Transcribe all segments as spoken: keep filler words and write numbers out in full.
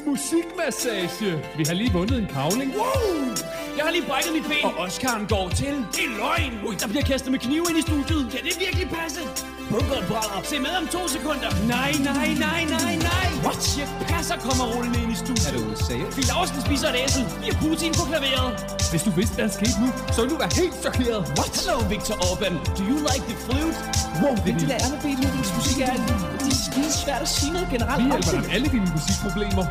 Musikmassage. Vi har lige vundet en kavling. Wow! Jeg har lige brækket mit ben. Og Oscar'en går til. Det er løgn. Ui, der bliver kastet med knive ind i studiet. Kan det virkelig passe? Bunkeren brænder. Se med om to sekunder. Nej, nej, nej, nej, nej. What? Jeg passer kommer rullende ind i studiet. Er du seriøs? Fie Laursen spiser et æsel. Vi har Putin på klaveret. Hvis du vidste, hvad der skete nu, så ville du være helt chokeret. What? Hello, Victor Orbán. Do you like the flute? Wow, det er lærerne ved Ludvigs musik er alt. Det er skide svært at sige noget generelt. Vi hjælper dig alle dine musikproblemer.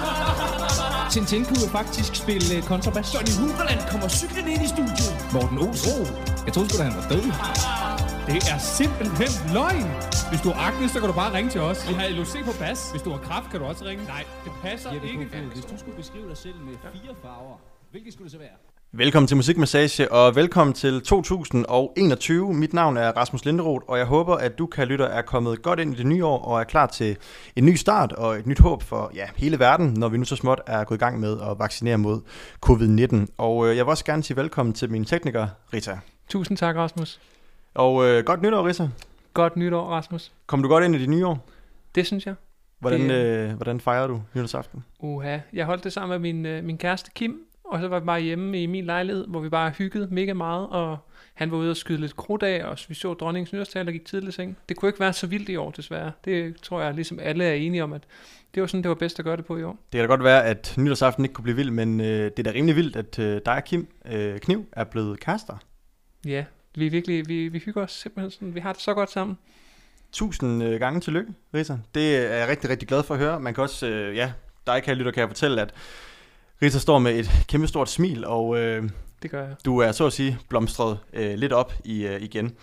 Tintin kunne jo faktisk spille kontrabas. Johnny Huberland kommer cyklen ind i studiet. Morten Olsen. Jeg troede sgu da, han var død. Det er simpelthen løgn. Hvis du har akne, så kan du bare ringe til os. Vi har L O C på bas. Hvis du har kræft, kan du også ringe. Nej, det passer Jeppe ikke. Kofod, hvis du skulle beskrive dig selv med fire farver, hvilke skulle det så være? Velkommen til Musikmassage, og velkommen til to tusind og enogtyve. Mit navn er Rasmus Linderoth, og jeg håber, at du, kære lytter, er kommet godt ind i det nye år og er klar til en ny start og et nyt håb for ja, hele verden, når vi nu så småt er gået i gang med at vaccinere mod covid nitten. Og øh, jeg vil også gerne sige velkommen til min tekniker, Rita. Tusind tak, Rasmus. Og øh, godt nytår, Rita. Godt nytår, Rasmus. Kom du godt ind i det nye år? Det synes jeg. Hvordan, det, øh, hvordan fejrer du nytårsaften? Uha, jeg holdt det sammen med min, øh, min kæreste Kim, og så var vi bare hjemme i min lejlighed, hvor vi bare hyggede mega meget, og han var ude og skyde lidt krudt af, og vi så dronningens nytårstale og gik tidligt i seng. Det kunne ikke være så vildt i år, desværre. Det tror jeg, ligesom alle er enige om, at det var sådan, det var bedst at gøre det på i år. Det kan da godt være, at nytårsaften ikke kunne blive vild, men øh, det er da rimelig vildt, at øh, dig og Kim øh, Kniv er blevet kærester. Ja, vi er virkelig, vi, vi hygger os simpelthen sådan, vi har det så godt sammen. Tusind øh, gange tillykke, Rita. Det er jeg rigtig, rigtig glad for at høre. Man kan også, øh, ja, dig kan lytter, kan jeg fortælle, at Rita står med et kæmpe stort smil, og øh, det gør jeg. Du er så at sige blomstret øh, lidt op i, øh, igen.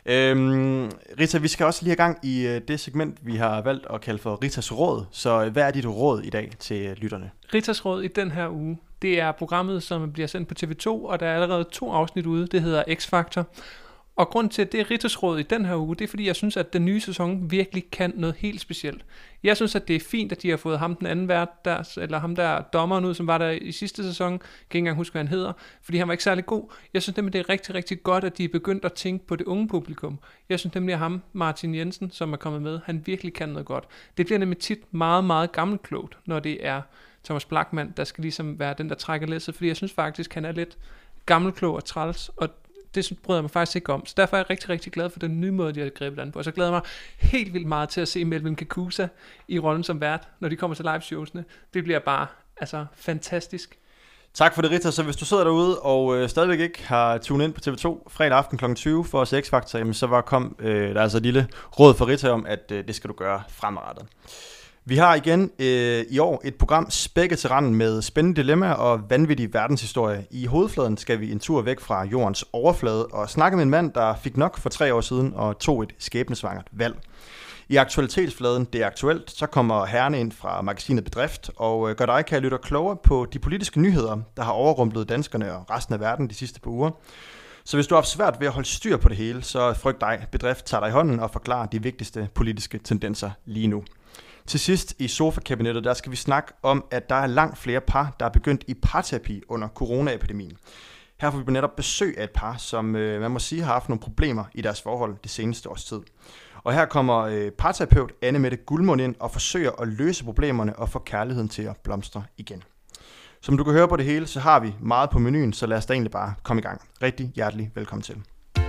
Øhm, Rita, vi skal også lige have gang i øh, det segment, vi har valgt at kalde for Ritas Råd. Så øh, hvad er dit råd i dag til øh, lytterne? Ritas Råd i den her uge, det er programmet, som bliver sendt på T V to, og der er allerede to afsnit ude. Det hedder X-Factor. Og grund til, at det er Ritas Råd i den her uge, det er fordi, jeg synes, at den nye sæson virkelig kan noget helt specielt. Jeg synes, at det er fint, at de har fået ham den anden vært, der, eller ham der dommeren ud, som var der i sidste sæson. Jeg kan ikke engang huske, hvad han hedder, fordi han var ikke særlig god. Jeg synes nemlig, det er rigtig, rigtig godt, at de er begyndt at tænke på det unge publikum. Jeg synes nemlig, at ham, Martin Jensen, som er kommet med, han virkelig kan noget godt. Det bliver nemlig tit meget, meget gammelklogt, når det er Thomas Blachman, der skal ligesom være den, der trækker læsset, fordi jeg synes faktisk, han er lidt gammelklog og træls, og det bryder jeg mig faktisk ikke om. Så derfor er jeg rigtig, rigtig glad for den nye måde, de har grebet an på. Og så glæder jeg mig helt vildt meget til at se Melvin Kakusa i rollen som vært, når de kommer til liveshowsene. Det bliver bare altså fantastisk. Tak for det, Rita. Så hvis du sidder derude og øh, stadigvæk ikke har tunet ind på T V to fredag aften klokken tyve for at se X-Factor, så var kom øh, der er altså et lille råd for Rita om, at øh, det skal du gøre fremadrettet. Vi har igen øh, i år et program spækket til randen med spændende dilemmaer og vanvittig verdenshistorie. I hovedfladen skal vi en tur væk fra jordens overflade og snakke med en mand, der fik nok for tre år siden og tog et skæbnesvangert valg. I aktualitetsfladen Det er aktuelt, så kommer herrene ind fra magasinet Bedrift og gør dig, kære lytter, klogere på de politiske nyheder, der har overrumplet danskerne og resten af verden de sidste par uger. Så hvis du har haft svært ved at holde styr på det hele, så frygt dig, Bedrift tager dig i hånden og forklarer de vigtigste politiske tendenser lige nu. Til sidst i Sofa-kabinettet, der skal vi snakke om, at der er langt flere par, der er begyndt i parterapi under coronaepidemien. Her får vi netop besøg af et par, som øh, man må sige har haft nogle problemer i deres forhold det seneste års tid. Og her kommer øh, parterapeut Anne-Mette Guldmund ind og forsøger at løse problemerne og få kærligheden til at blomstre igen. Som du kan høre på det hele, så har vi meget på menuen, så lad os da egentlig bare komme i gang. Rigtig hjertelig velkommen til.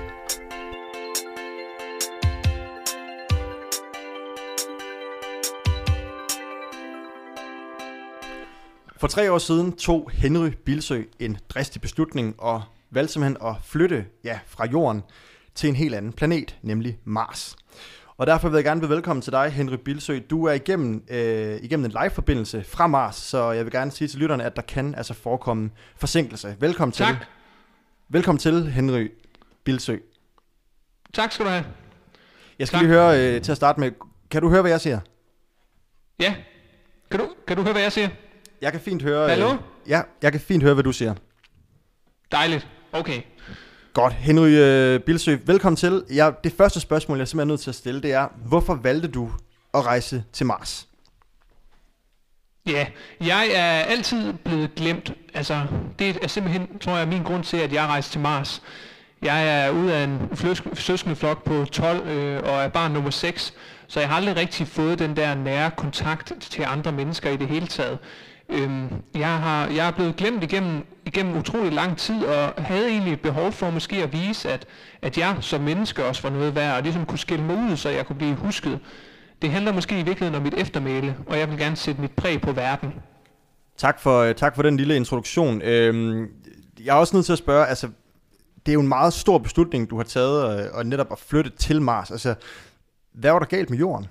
For tre år siden tog Henry Bilsøe en dristig beslutning og valgte simpelthen at flytte ja, fra jorden til en helt anden planet, nemlig Mars. Og derfor vil jeg gerne byde velkommen til dig, Henry Bilsøe. Du er igennem, øh, igennem en live-forbindelse fra Mars, så jeg vil gerne sige til lytterne, at der kan altså forekomme forsinkelse. Velkommen tak. til. Velkommen til, Henry Bilsøe. Tak skal du have. Jeg skal tak. lige høre øh, til at starte med, kan du høre, hvad jeg siger? Ja, kan du, kan du høre, hvad jeg siger? Jeg kan fint høre. Hallo? Øh, ja, jeg kan fint høre, hvad du siger. Dejligt. Okay. Godt. Henry øh, Bilsøe, velkommen til. Jeg, det første spørgsmål, jeg er simpelthen nødt til at stille, det er, hvorfor valgte du at rejse til Mars? Ja, jeg er altid blevet glemt. Altså, det er simpelthen, tror jeg, min grund til, at jeg rejste til Mars. Jeg er ude af en søskendeflok på tolv øh, og er barn nummer seks, så jeg har aldrig rigtig fået den der nære kontakt til andre mennesker i det hele taget. Øhm, jeg, har, jeg er blevet glemt igennem, igennem utrolig lang tid, og havde egentlig et behov for måske at vise, at, at jeg som menneske også var noget værd, og ligesom kunne skille mig ud, så jeg kunne blive husket. Det handler måske i virkeligheden om mit eftermæle, og jeg vil gerne sætte mit præg på verden. Tak for, tak for den lille introduktion. Øhm, jeg er også nødt til at spørge, altså, det er jo en meget stor beslutning, du har taget, og, og netop at flytte til Mars. Altså, hvad var der galt med jorden?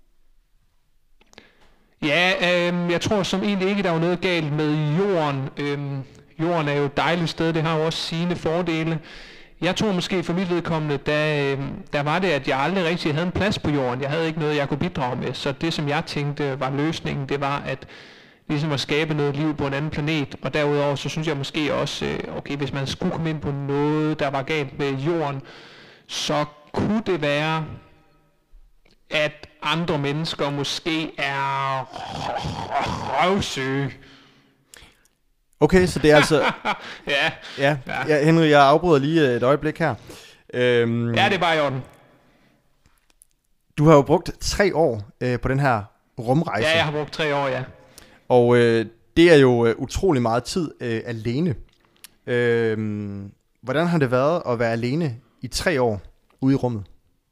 Ja, øh, jeg tror som egentlig ikke, der var noget galt med jorden. Øh, jorden er jo et dejligt sted, det har jo også sine fordele. Jeg tror måske for mit vedkommende, der, øh, der var det, at jeg aldrig rigtig havde en plads på jorden. Jeg havde ikke noget, jeg kunne bidrage med. Så det, som jeg tænkte var løsningen, det var at ligesom at skabe noget liv på en anden planet. Og derudover, så synes jeg måske også, øh, okay, hvis man skulle komme ind på noget, der var galt med jorden, så kunne det være, at andre mennesker måske er røvsyge. Okay, så det er altså... ja. ja. Ja, Henry, jeg afbryder lige et øjeblik her. Øhm, ja, det er bare i orden. Du har jo brugt tre år øh, på den her rumrejse. Ja, jeg har brugt tre år, ja. Og øh, det er jo øh, utrolig meget tid øh, alene. Øh, hvordan har det været at være alene i tre år ude i rummet?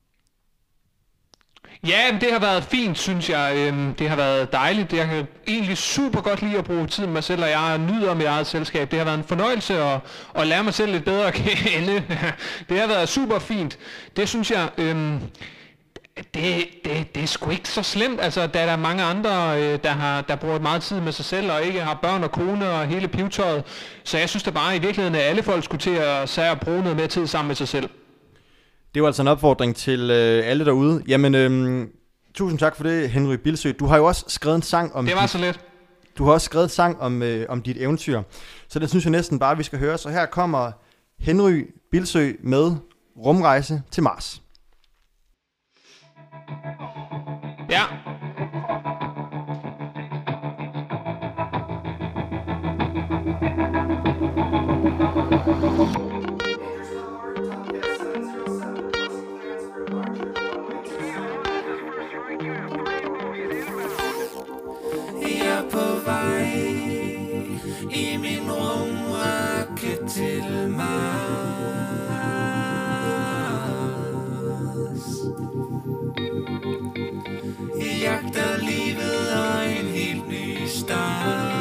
Ja, det har været fint, synes jeg. Øhm, det har været dejligt. Jeg kan egentlig super godt lide at bruge tid med mig selv, og jeg nyder mit eget selskab. Det har været en fornøjelse at, at lære mig selv lidt bedre at kende. Det har været super fint. Det synes jeg... Øhm, det, det, det er sgu ikke så slemt. Altså, der er der mange andre, øh, der har der bruger meget tid med sig selv, og ikke har børn og kone og hele pivtøjet. Så jeg synes da bare i virkeligheden, at alle folk skulle til at, sige, at bruge noget mere tid sammen med sig selv. Det var altså en opfordring til øh, alle derude. Jamen, øh, tusind tak for det, Henry Bilsøe. Du har jo også skrevet en sang om... Det var dit, så let. Du har også skrevet en sang om, øh, om dit eventyr. Så den synes jeg næsten bare, vi skal høre. Så her kommer Henry Bilsøe med Rumrejse til Mars. Ja. På vej i min rumraket til Mars. Jeg jagter livet og en helt ny start.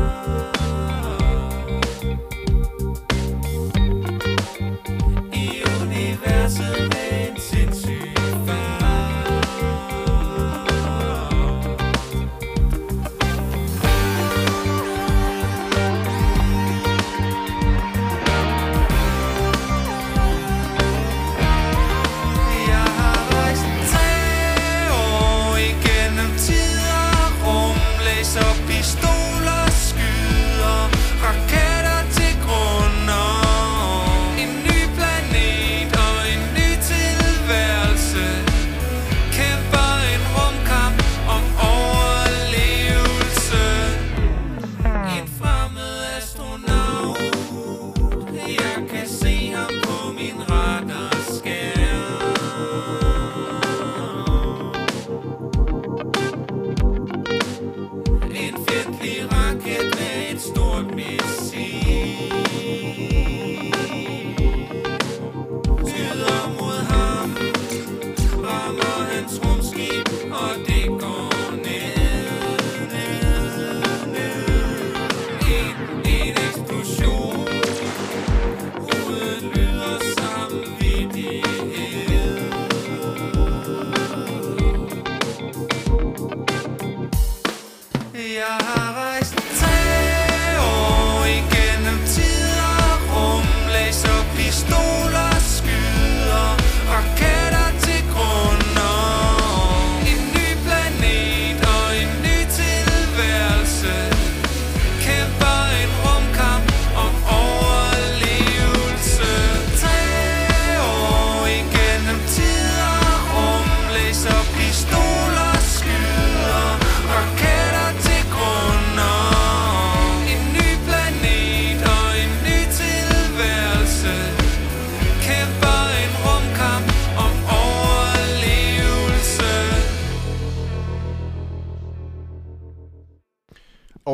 You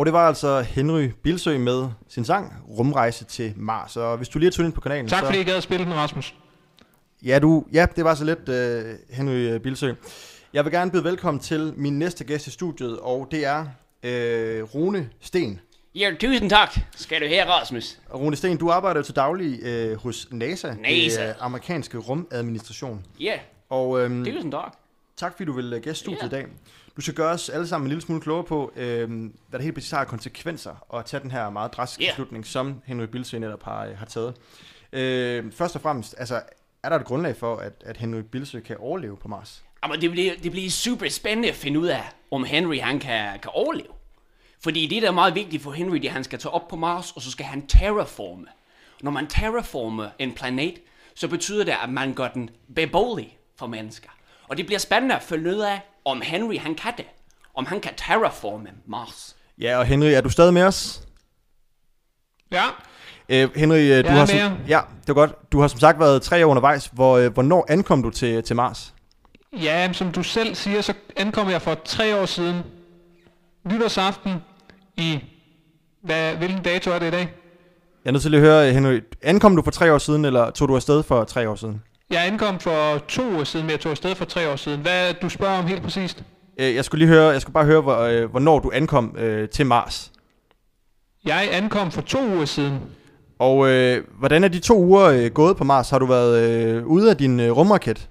det var altså Henry Bilsøe med sin sang Rumrejse til Mars. Og hvis du lige har tunet ind på kanalen... Tak så... fordi I gad at spille den, Rasmus. Ja, du, ja, det var så lidt uh, Henry Bilsøe. Jeg vil gerne byde velkommen til min næste gæst i studiet, og det er uh, Rune Sten. Ja, tusind tak, skal du her, Rasmus. Og Rune Sten, du arbejder jo til daglig uh, hos NASA, NASA. Det amerikanske rumadministration. Ja, Og um, tusind tak. tak fordi du vil uh, gæste studiet Ja. i dag. Du skal gøre os alle sammen en lille smule klogere på, øh, hvad det helt præcis har af konsekvenser at tage den her meget drastiske Ja. beslutning, som Henry Bilsøe netop har, øh, har taget. Øh, først og fremmest, altså, er der et grundlag for, at, at Henry Bilsøe kan overleve på Mars? Jamen, det bliver, det bliver super spændende at finde ud af, om Henry han kan, kan overleve. Fordi det, der er meget vigtigt for Henry, det er, at han skal tage op på Mars, og så skal han terraforme. Når man terraformer en planet, så betyder det, at man gør den beboelig for mennesker. Og det bliver spændende at følge ud af, om Henry han kan det. Om han kan terraforme Mars. Ja, og Henry, er du stadig med os? Ja, Øh, Henry, øh, du er har med som, jer. ja, det er godt. Du har som sagt været tre år undervejs. Hvor, øh, hvornår ankom du til, til Mars? ja, som du selv siger, så ankom jeg for tre år siden. Nytårsaften i... Hvad, hvilken dato er det i dag? Jeg er nødt til lige at høre, Henry, ankom du for tre år siden, eller tog du afsted for tre år siden? Jeg ankom for to år siden, men jeg tog afsted for tre år siden. Hvad du spørger om helt præcist? Øh, jeg skulle lige høre, jeg skulle bare høre, hvor, øh, hvornår du ankom øh, til Mars. Jeg ankom for to uger siden. Og øh, hvordan er de to uger øh, gået på Mars? Har du været øh, ude af din øh, rumraket?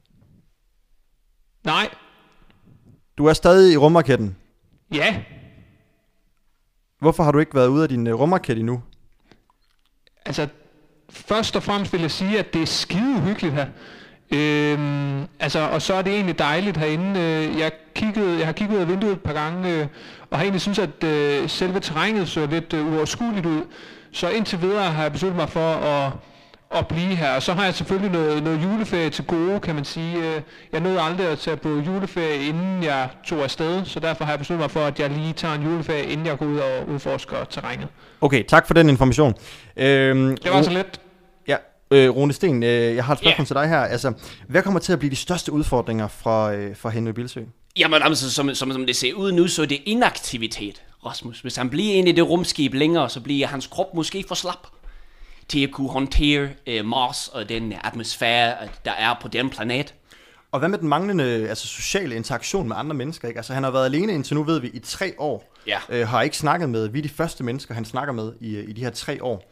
Nej. Du er stadig i rumraketten. Ja. Hvorfor har du ikke været ude af din øh, rumraket endnu? Altså, først og fremmest vil jeg sige, at det er skide uhyggeligt her. Øhm, altså, og så er det egentlig dejligt herinde. Øh, Jeg, kiggede, jeg har kigget ud af vinduet et par gange, øh, og har egentlig synes, at øh, selve terrænet så lidt øh, uoverskueligt ud. Så indtil videre har jeg besluttet mig for at, at blive her. Og så har jeg selvfølgelig noget, noget juleferie til gode, kan man sige. Øh, Jeg nåede aldrig at tage på juleferie, inden jeg tog afsted, så derfor har jeg besluttet mig for, at jeg lige tager en juleferie, inden jeg går ud og udforsker terrænet. Okay, tak for den information. Øhm, Det var så let. Ja, øh, Rune Sten, øh, jeg har et spørgsmål Ja. til dig her. Altså, hvad kommer til at blive de største udfordringer fra, øh, fra Henry Bilsøe? Jamen, altså, som, som, som det ser ud nu, så er det inaktivitet, Rasmus. Hvis han bliver inde i det rumskib længere, så bliver hans krop måske for slap til at kunne håndtere øh, Mars og den atmosfære, der er på den planet. Og hvad med den manglende altså, sociale interaktion med andre mennesker? Ikke? Altså, han har været alene indtil nu, ved vi, i tre år. Ja. Øh, har ikke snakket med. Vi er de første mennesker, han snakker med i, i de her tre år.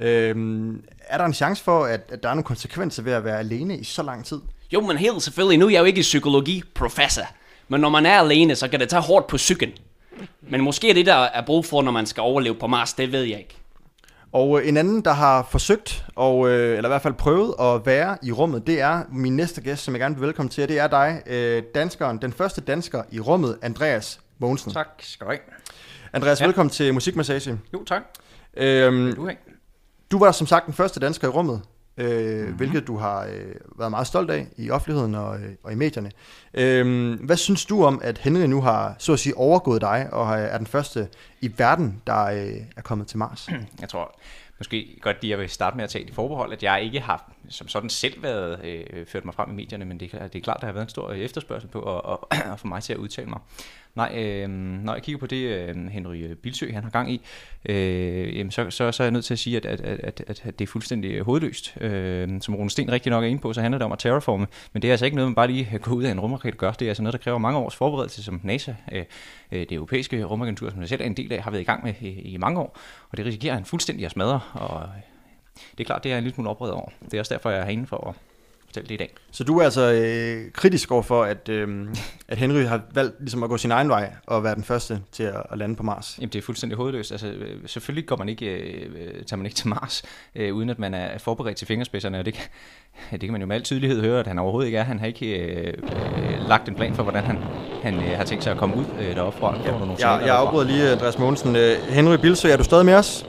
Øhm, er der en chance for, at, at der er nogle konsekvenser ved at være alene i så lang tid? Jo, men helt selvfølgelig, nu er jeg jo ikke psykologiprofessor, men når man er alene, så kan det tage hårdt på psyken. Men måske er det, der er brug for, når man skal overleve på Mars, det ved jeg ikke. Og øh, en anden, der har forsøgt, og, øh, eller i hvert fald prøvet at være i rummet, det er min næste gæst, som jeg gerne vil velkommen til, og det er dig, øh, danskeren, den første dansker i rummet, Andreas Mogensen. Tak skal du have. Andreas, Ja. velkommen til Musikmassage. Jo, tak. Øhm, Du have. du var som sagt den første dansker i rummet, øh, mm-hmm. hvilket du har øh, været meget stolt af i offentligheden og, øh, og i medierne. Øh, hvad synes du om, at Henry nu har, så at sige, overgået dig, og har- er den første i verden, der øh, er kommet til Mars? Jeg tror måske godt, at jeg vil starte med at tage det forbehold, at jeg ikke har som sådan selv været øh, ført mig frem i medierne, men det, er- det er klart, der har været en stor efterspørgsel på at, at, at få mig til at udtale mig. Nej, øh, når jeg kigger på det, øh, Henry Bilsøe han har gang i, øh, jamen, så, så, så er jeg nødt til at sige, at, at, at, at, at det er fuldstændig hovedløst. Øh, som Rune Sten rigtig nok er inde på, så handler det om at terraforme, men det er altså ikke noget, man bare lige går ud af en rumraket og gør. Det er altså noget, der kræver mange års forberedelse, som NASA, øh, det europæiske rumagentur, som jeg selv er en del af, har været i gang med i, i mange år, og det risikerer han fuldstændig at smadre, og det er klart, det er en lille smule opredet over. Det er også derfor, jeg er herinde for at fortælle det i dag. Så du er altså øh, kritisk over for, at, øh, at Henry har valgt ligesom at gå sin egen vej og være den første til at, at lande på Mars? Jamen, det er fuldstændig hovedløst. Altså, øh, selvfølgelig går man ikke, øh, tager man ikke til Mars, øh, uden at man er forberedt til fingerspidserne, og det kan, det kan man jo med al tydelighed høre, at han overhovedet ikke er. Han har ikke øh, øh, lagt en plan for, hvordan han, han øh, har tænkt sig at komme ud øh, deroppe fra. Ja, jeg, jeg afbryder lige, Andreas Mogensen. Øh, Henry Bilsøe, er du stadig med os?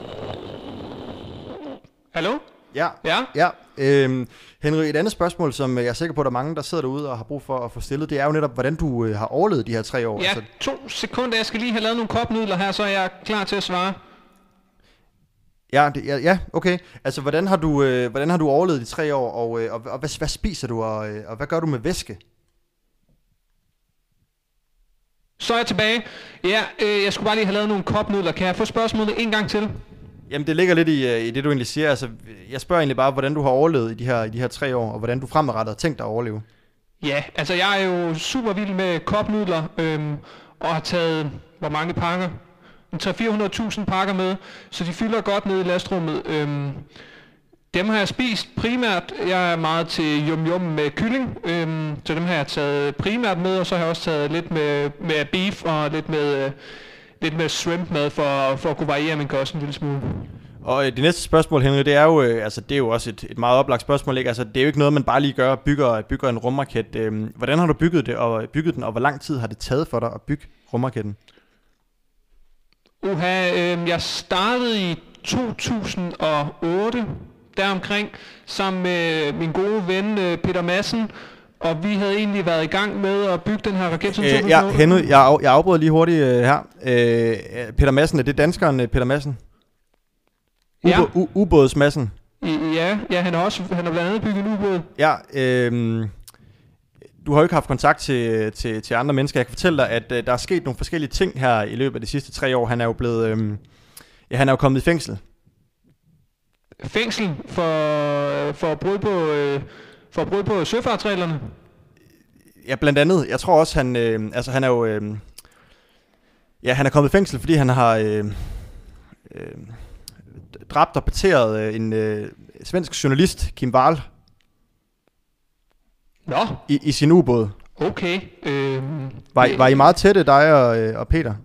Hallo? Ja. Ja? Ja. Øhm, Henry, et andet spørgsmål, som jeg er sikker på, at der er mange, der sidder derude og har brug for at få stillet, det er jo netop, hvordan du øh, har overlevet de her tre år. Ja, Altså, to sekunder. Jeg skal lige have lavet nogle kopnudler her, så er jeg klar til at svare. ja, det, ja, ja, okay. Altså, hvordan har du, øh, hvordan har du overlevet de tre år, og, øh, og, og hvad, hvad spiser du, og, øh, og hvad gør du med væske? Så er jeg tilbage. Ja, øh, jeg skulle bare lige have lavet nogle kopnudler. Kan jeg få spørgsmålet en gang til? Jamen, det ligger lidt i, i det, du egentlig siger. Altså, jeg spørger egentlig bare, hvordan du har overlevet i de her, i de her tre år, og hvordan du fremadrettet har tænkt dig at overleve. Ja, altså jeg er jo super vild med kopnudler, øhm, og har taget, hvor mange pakker? tre hundrede til fire hundrede tusind pakker med, så de fylder godt ned i lastrummet. Øhm, dem har jeg spist primært. Jeg er meget til yum yum med kylling, øhm, så dem har jeg taget primært med, og så har jeg også taget lidt med, med beef og lidt med, øh, lidt med shrimp med, for, for at kunne variere min kost en lille smule. Og øh, det næste spørgsmål, Henry, det er jo, øh, altså, det er jo også et, et meget oplagt spørgsmål, ikke? Altså, det er jo ikke noget, man bare lige gør, bygger, bygger en rumraket. Øh, hvordan har du bygget det, og bygget den, og hvor lang tid har det taget for dig at bygge rumraketten? Uha, øh, jeg startede i to tusind og otte, deromkring, sammen med min gode ven øh, Peter Madsen, og vi havde egentlig været i gang med at bygge den her raket som to tusind og otte. Øh, ja, Henry, jeg, af, jeg afbryder lige hurtigt øh, her. Øh, Peter Madsen, er det danskeren øh, Peter Madsen? Ubo- Ja. U- ubådsmassen. Ja, ja, han har også han har blandt andet bygget en ubåd. Ja, øh, du har jo ikke haft kontakt til, til, til andre mennesker. Jeg kan fortælle dig, at øh, der er sket nogle forskellige ting her i løbet af de sidste tre år. Han er jo blevet, øh, ja, han er jo kommet i fængsel. Fængsel for for brud på øh, for brud på søfartsreglerne. Ja, blandt andet. Jeg tror også han, øh, altså han er jo, øh, ja, han er kommet i fængsel, fordi han har øh, øh, dræbt og parteret øh, en øh, svensk journalist, Kim Wall, Nå, i, i sin ubåd. okay. Øh, Var, I- var I meget tætte, dig og, øh, og Peter?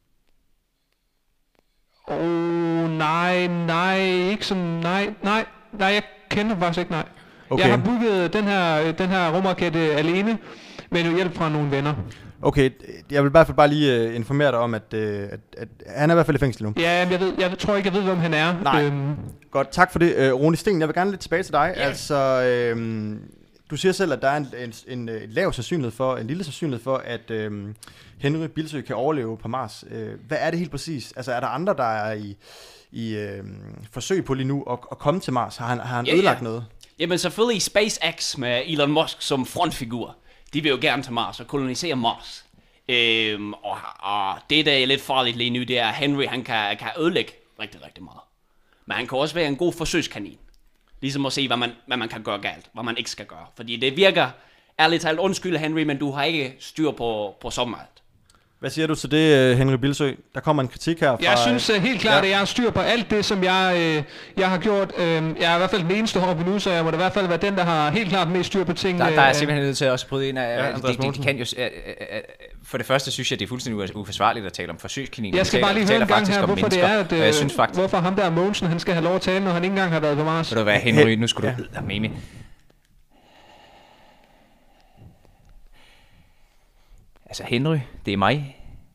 Åh, oh, nej, nej, ikke sådan, nej, nej, nej, jeg kender faktisk ikke, nej. Okay. Jeg har bygget den her, den her rumraket øh, alene, med hjælp fra nogle venner. Okay, jeg vil i hvert fald bare lige øh, informere dig om, at, øh, at, at han er i hvert fald i fængsel nu. Ja, jeg, ved, jeg tror ikke, jeg ved, hvem han er. Nej. Øhm, Godt, tak for det. Øh, Rune Sten, jeg vil gerne lidt tilbage til dig. Ja. Altså, øh, du siger selv, at der er en, en, en, en lav sandsynlighed for, en lille sandsynlighed for, at øh, Henry Bilsøe kan overleve på Mars. Øh, hvad er det helt præcis? Altså, er der andre, der er i, i øh, forsøg på lige nu at, at komme til Mars? Har han, har han Ja, ødelagt ja. noget? Jamen selvfølgelig SpaceX med Elon Musk som frontfigur. De vil jo gerne til Mars og kolonisere Mars. Øhm, og, og det, der er lidt farligt lige nu, det er, at Henry han kan, kan ødelægge rigtig, rigtig meget. Men han kan også være en god forsøgskanin. Ligesom at se, hvad man, hvad man kan gøre galt, hvad man ikke skal gøre. Fordi det virker, ærligt talt, undskyld Henry, men du har ikke styr på, på så meget. Hvad siger du til det, Henry Bilsøe? Der kommer en kritik her fra... jeg synes uh, helt klart, ja. at jeg har styr på alt det, som jeg, øh, jeg har gjort. Øh, jeg er i hvert fald den eneste heroppe nu, så jeg må da i hvert fald være den, der har helt klart mest styr på tingene. Der, der er simpelthen nødt til at også bryde ind af, Ja, ja, Andreas det, det, det kan jo, øh, øh, for det første synes jeg, det er fuldstændig uforsvarligt at tale om forsøgskaniner. Jeg skal Vi bare lige taler- høre en taler gang faktisk her, om hvorfor det mennesker, er, at, og jeg øh, synes faktisk, hvorfor ham der Mogensen, han skal have lov at tale, når han ikke engang har været på Mars. ved du hvad, Henry, nu skulle du ja. mene. Altså Henry, det er mig.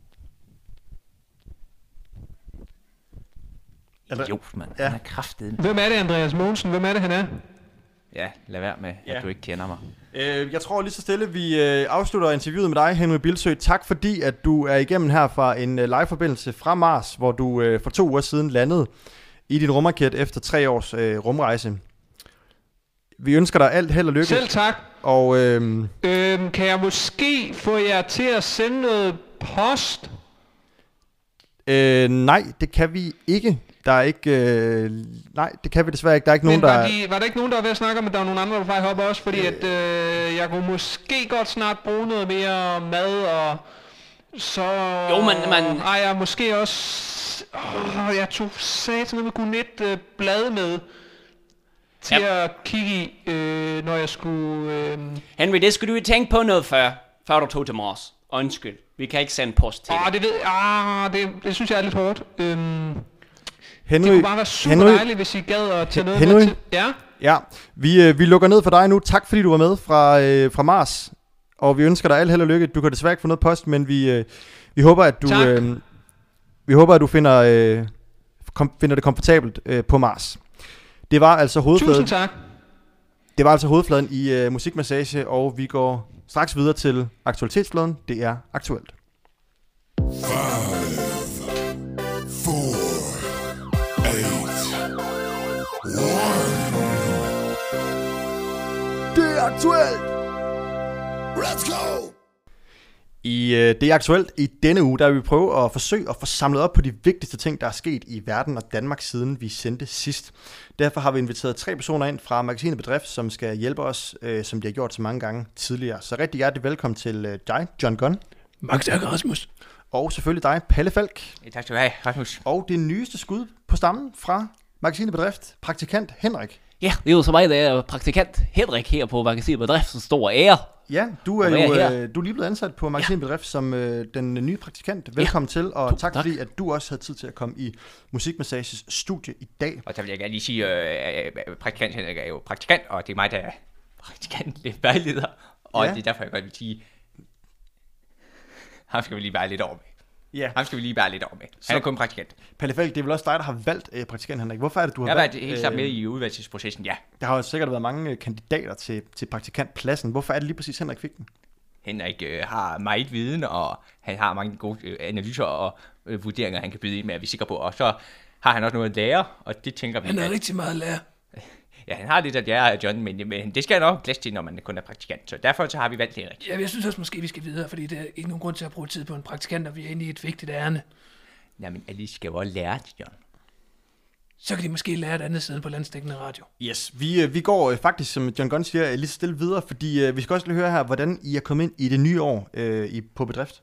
Jo, mand. Ja. Han er kraftet. Hvem er det, Andreas Mogensen? Hvem er det, han er? Ja, lad være med, Ja. at du ikke kender mig. Øh, jeg tror lige så stille, vi øh, afslutter interviewet med dig, Henry Bilsøe. Tak fordi, at du er igennem her fra en øh, live-forbindelse fra Mars, hvor du øh, for to uger siden landede i din rumraket efter tre års øh, rumrejse. Vi ønsker dig alt held og lykke. Selv tak. Og øh, Øhm, kan jeg måske få jer til at sende noget post? øh, nej, det kan vi ikke. Der er ikke... Øh, nej, det kan vi desværre ikke. Der er ikke nogen, Men var, der... de, var der ikke nogen, der var ved at snakke om, at der var nogle andre, der var faktisk heroppe også? Fordi at, øh, jeg kunne måske godt snart bruge noget mere mad, og så... Jo, men- men- Ej, jeg måske også... Åh, jeg tog satan med Gunet øh, blade med til Ja. at kigge i, øh, når jeg skulle... Øh... Henry, det skulle du jo tænke på noget før, før du tog til Mars. Undskyld, vi kan ikke sende post til Åh, dig. det ved ah, det, det synes jeg er lidt hårdt. Øhm, Henry, det kunne bare være super Henry, dejligt, hvis I gad at tage noget Henry? med til. Ja? Ja, vi, øh, vi lukker ned for dig nu. Tak fordi du var med fra, øh, fra Mars. Og vi ønsker dig alt held og lykke. Du kan desværre ikke få noget post, men vi, øh, vi håber, at du, Tak. øh, vi håber, at du finder, øh, kom, finder det komfortabelt øh, på Mars. Det var altså hovedfladen. Tusind tak. Det var altså hovedfladen i øh, Musikmassage, og vi går straks videre til aktualitetsfladen. Det er aktuelt. Det er aktuelt. Let's go! I øh, Det er aktuelt i denne uge, der vil vi prøve at forsøge at få samlet op på de vigtigste ting, der er sket i verden og Danmark, siden vi sendte sidst. Derfor har vi inviteret tre personer ind fra magasinet Bedrift, som skal hjælpe os, øh, som de har gjort så mange gange tidligere. Så rigtig hjertelig velkommen til øh, dig, John Gunn. Mange tak, Rasmus. Og selvfølgelig dig, Palle Falk. Ja, tak skal du have, Rasmus. Og det nyeste skud på stammen fra magasinet Bedrift, praktikant Henrik. Ja, det er jo så mig, der er praktikant Henrik her på magasinet Bedrift, så stor ære. Ja, du er Og jo jeg er øh, du er lige blevet ansat på magasinet ja. Bedrift som øh, den nye praktikant. Velkommen ja. til, og Tusind tak, tak fordi at du også havde tid til at komme i Musikmassages studie i dag. Og så vil jeg gerne lige sige, at øh, praktikant Henrik er jo praktikant, og det er mig, der er praktikant lidt vejleder. Og Ja. det er derfor, jeg godt vil sige, ham skal vi lige være lidt over med. Ja. Ham skal vi lige være lidt over med. Han Så- er kun praktikant. Palle Falk, det er vel også dig, der har valgt øh, praktikant Henrik. Hvorfor er det, du har Jeg har været valgt, helt klart med i udvalgelsesprocessen, ja. Der har jo sikkert været mange øh, kandidater til, til praktikantpladsen. Hvorfor er det lige præcis Henrik fik den? Henrik øh, har meget viden, og han har mange gode øh, analyser og øh, vurderinger, han kan byde ind med, er vi sikre på. Og så har han også noget at lære, og det tænker vi. Han er at- rigtig meget at lære. Ja, han har lidt at lære af John, men, men det skal han nok plads til, når man kun er praktikant. Så derfor så har vi valgt Henrik. Ja, jeg synes også måske, vi skal videre, fordi der er ikke nogen grund til at bruge tid på en praktikant, og vi er inde i et vigtigt ærne. Jamen, Alice skal jo også lære det, John. Så kan de måske lære et andet sted på Landsdækkende Radio. Yes, vi, øh, vi går øh, faktisk, som John Gunn siger, øh, lige så stille videre, fordi øh, vi skal også lige høre her, hvordan I er kommet ind i det nye år øh, i, på Bedrift.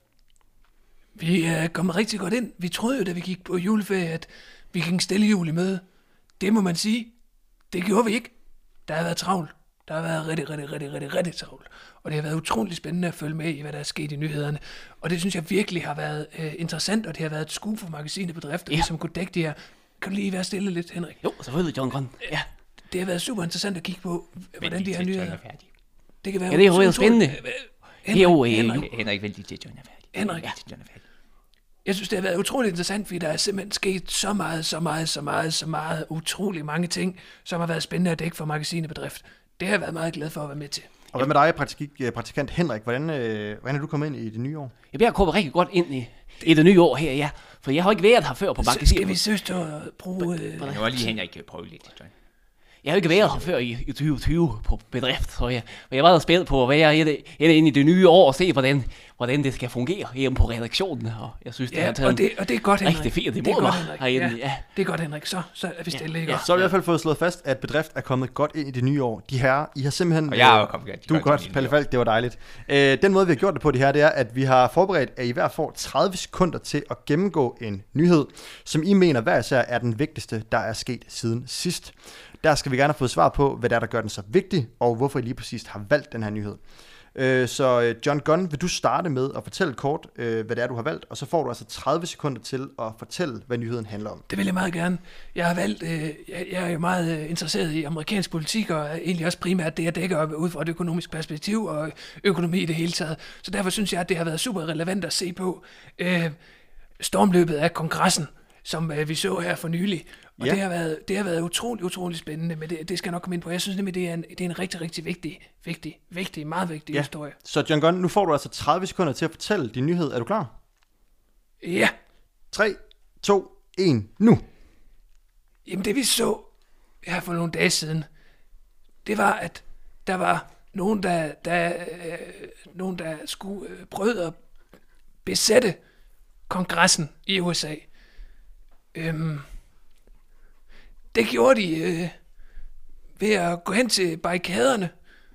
Vi er kommet rigtig godt ind. Vi troede jo, da vi gik på juleferie, at vi gik en stille jul i møde. Det må man sige. Det gjorde vi ikke. Der har været travlt. Der har været rigtig, rigtig, rigtig, rigtig, rigtig travlt. Og det har været utrolig spændende at følge med i, hvad der er sket i nyhederne. Og det synes jeg virkelig har været øh, interessant, og det har været et scoop for magasinet Bedrift, ja. Ja. som kunne dække det her. Kan du lige være stille lidt, Henrik? Jo, selvfølgelig, John Grøn. Ja, Det har været super interessant at kigge på, hvordan Vent de lige her til, nyheder... John er færdig. Det kan være Ja, det er jo utroligt- helt spændende. Henrik, Jo, øh, Henrik, Henrik, vent lige til, John er færdig. Henrik. Ja, til John er færdig. Jeg synes, det har været utroligt interessant, fordi der er simpelthen sket så meget, så meget, så meget, så meget, utrolig mange ting, som har været spændende at dække for magasinet Bedrift. Det har jeg været meget glad for at være med til. Og hvad med dig, praktik, øh, praktikant Henrik? Hvordan, øh, hvordan er du kommet ind i det nye år? jeg bliver kommet rigtig godt ind i, i det nye år her, ja. For jeg har ikke været her før på Så magasinet. skal vi søge til at bruge... Øh, Nu må lige Henrik prøve lidt, John. Jeg har ikke været her før i, i tyve tyve på Bedrift, så jeg, og jeg er meget spændt på at være inde, inde i det nye år og se, hvordan, hvordan det skal fungere hjemme på redaktionen. Og jeg synes, det ja, har taget og det, og det er godt, Henrik. rigtig fint Det er imod godt, mig Henrik. herinde. Ja, Ja. det er godt, Henrik. Så, så er vi stille, ikke? Ja. også? Så har vi i hvert fald fået slået fast, at Bedrift er kommet godt ind i det nye år. De her, I har simpelthen... Og jeg er jo øh, kommet rigtig Du er godt godt, ind i det Palle nye Falk, det var dejligt. Øh, den måde, vi har gjort det på det her, det er, at vi har forberedt, at I hver får tredive sekunder til at gennemgå en nyhed, som I mener hver især er den vigtigste, der er sket siden sidst. Der skal vi gerne have fået svar på, hvad der, er, der gør den så vigtig, og hvorfor I lige præcis har valgt den her nyhed. Øh, så øh, John Gunn, vil du starte med at fortælle kort, øh, hvad det er, du har valgt, og så får du altså tredive sekunder til at fortælle, hvad nyheden handler om. Det vil jeg meget gerne. Jeg har valgt, øh, jeg, jeg er jo meget øh, interesseret i amerikansk politik, og er egentlig også primært det, jeg dækker ud fra et økonomisk perspektiv og økonomi i det hele taget. Så derfor synes jeg, at det har været super relevant at se på øh, stormløbet af kongressen, som øh, vi så her for nylig. Og Ja. det, har været, det har været utrolig, utrolig spændende, men det, det skal jeg nok komme ind på. Jeg synes nemlig, det er en, det er en rigtig, rigtig vigtig, vigtig, vigtig, meget vigtig Ja. historie. Så John Gunn, nu får du altså tredive sekunder til at fortælle din nyhed. Er du klar? Ja, tre, to, et, nu. jamen det vi så her for nogle dage siden, det var, at der var nogen, der, der, øh, nogen, der skulle øh, prøve at besætte kongressen i U S A. Øhm, det gjorde de øh, ved at gå hen til barrikaderne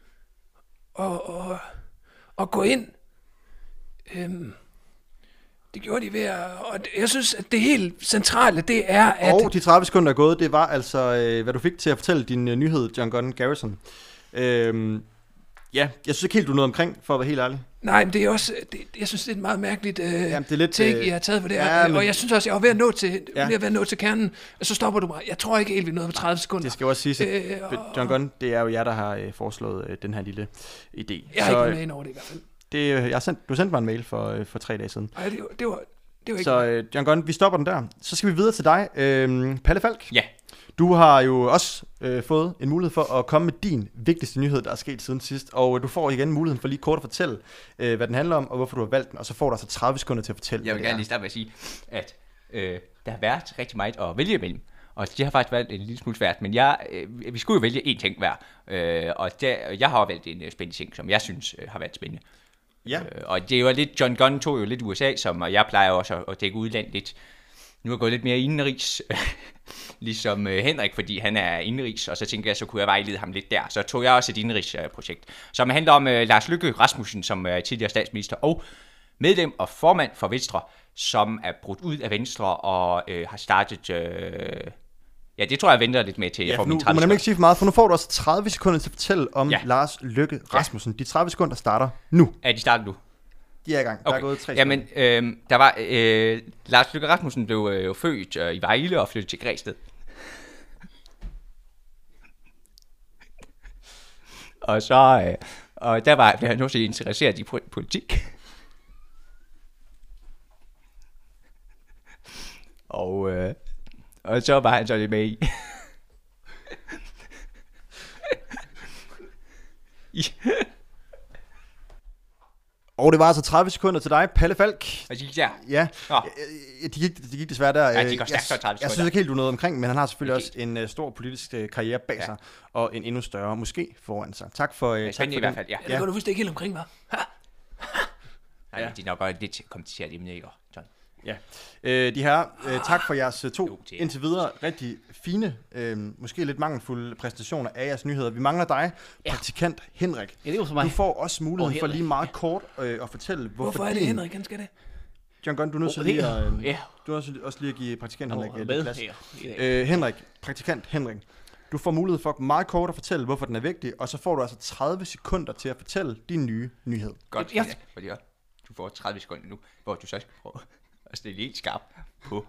og, og, og gå ind. Øhm, det gjorde de ved at... Og jeg synes, at det helt centrale, det er, at... Og de tredive sekunder er gået, det var altså, øh, hvad du fik til at fortælle din øh, nyhed, John Gunn Garrison. Øhm, ja, jeg synes ikke helt, du er noget omkring, for at være helt ærlig. Nej, men det er også, det, jeg synes, det er et meget mærkeligt øh, Jamen, det er lidt, ting, øh, I har taget for det ja, her. men- Og jeg synes også, jeg var ved at nå til, Ja. ja. ved at nå til kernen, og så stopper du mig. Jeg tror ikke helt, vi nåede på tredive sekunder. Det skal jo også siges, at Øh, og- John Gunn, det er jo jer, der har øh, foreslået øh, den her lille idé. Jeg har så, ikke med ind over det i hvert fald. det, øh, jeg har sendt, du sendte mig en mail for, øh, for tre dage siden. Nej, det, var- det var, det var ikke... Så øh, John Gunn, vi stopper den der. Så skal vi videre til dig, øh, Palle Falk. Ja. Du har jo også øh, fået en mulighed for at komme med din vigtigste nyhed, der er sket siden sidst. Og du får igen muligheden for lige kort at fortælle, øh, hvad den handler om, og hvorfor du har valgt den. Og så får du altså tredive sekunder til at fortælle, Jeg vil hvad det gerne er. lige starte med at sige, at øh, der har været rigtig meget at vælge imellem. Og det har faktisk været en lille smule svært, men jeg, øh, vi skulle jo vælge én ting hver. Øh, og der, jeg har valgt en øh, spændende ting, som jeg synes øh, har været spændende. Ja. Øh, og det var lidt, John Gunn tog jo lidt U S A, som, og jeg plejer også at, at dække udland lidt. Nu er jeg gået lidt mere indenrigs, ligesom øh, Henrik, fordi han er indenrigs, og så tænkte jeg, så kunne jeg vejlede ham lidt der. Så tog jeg også et indenrigsprojekt, øh, som handler om øh, Lars Løkke Rasmussen, som er tidligere statsminister, og medlem og formand for Venstre, som er brudt ud af Venstre og øh, har startet... Øh, ja, det tror jeg, jeg venter lidt med til. Ja, Jeg får nu min må man ikke sige for meget, for nu får du også tredive sekunder til at fortælle om Ja. Lars Løkke Rasmussen. De tredive sekunder starter nu. Er de startet nu? De er i gang. Der er gået tre Jamen, øh, der var... Øh, Lars Løkke Rasmussen blev øh, jo født øh, i Vejle og flyttede til Græsted. og så... Øh, og der var blev han også interesseret i politik. og... Øh, og så var han så lidt med i... Og det var altså tredive sekunder til dig, Palle Falk. Og de gik der. Ja, Nå. Øh, de, gik, de gik desværre der. Ja, de Øh, går stærkt jeg, for tredive jeg synes sekunder. ikke helt, du nåede omkring, men han har selvfølgelig Ikke også en uh, stor politisk uh, karriere bag Ja. sig, og en endnu større måske foran sig. Tak for, uh, tak for spændende i hvert fald, ja. Ja, det går du vist ikke helt omkring, hva'? Nej, ja. De er nok godt lidt kompliceret emne, ikke? John. Ja. Øh, de her, øh, tak for jeres øh, to Jo, det er- indtil videre rigtig fine, øh, måske lidt mangelfulde præstationer af jeres nyheder. Vi mangler dig, Ja. praktikant Henrik. Ja, det er jo for mig. Du får også muligheden Åh, for Henrik. lige meget kort øh, at fortælle, hvorfor, Hvorfor er det din- Henrik, han skal det? John Gunn, du er nødt til Åh, lige det- at, øh, ja. du er også, også lige at give praktikant Henrik Og øh, med lidt plads. her i dag. Øh, Henrik, praktikant Henrik, du får mulighed for meget kort at fortælle, hvorfor den er vigtig, og så får du altså tredive sekunder til at fortælle din nye nyhed. Godt, Jeg- ja, fordi også, du får tredive sekunder nu, hvor du så skal prøve at stille helt skarp på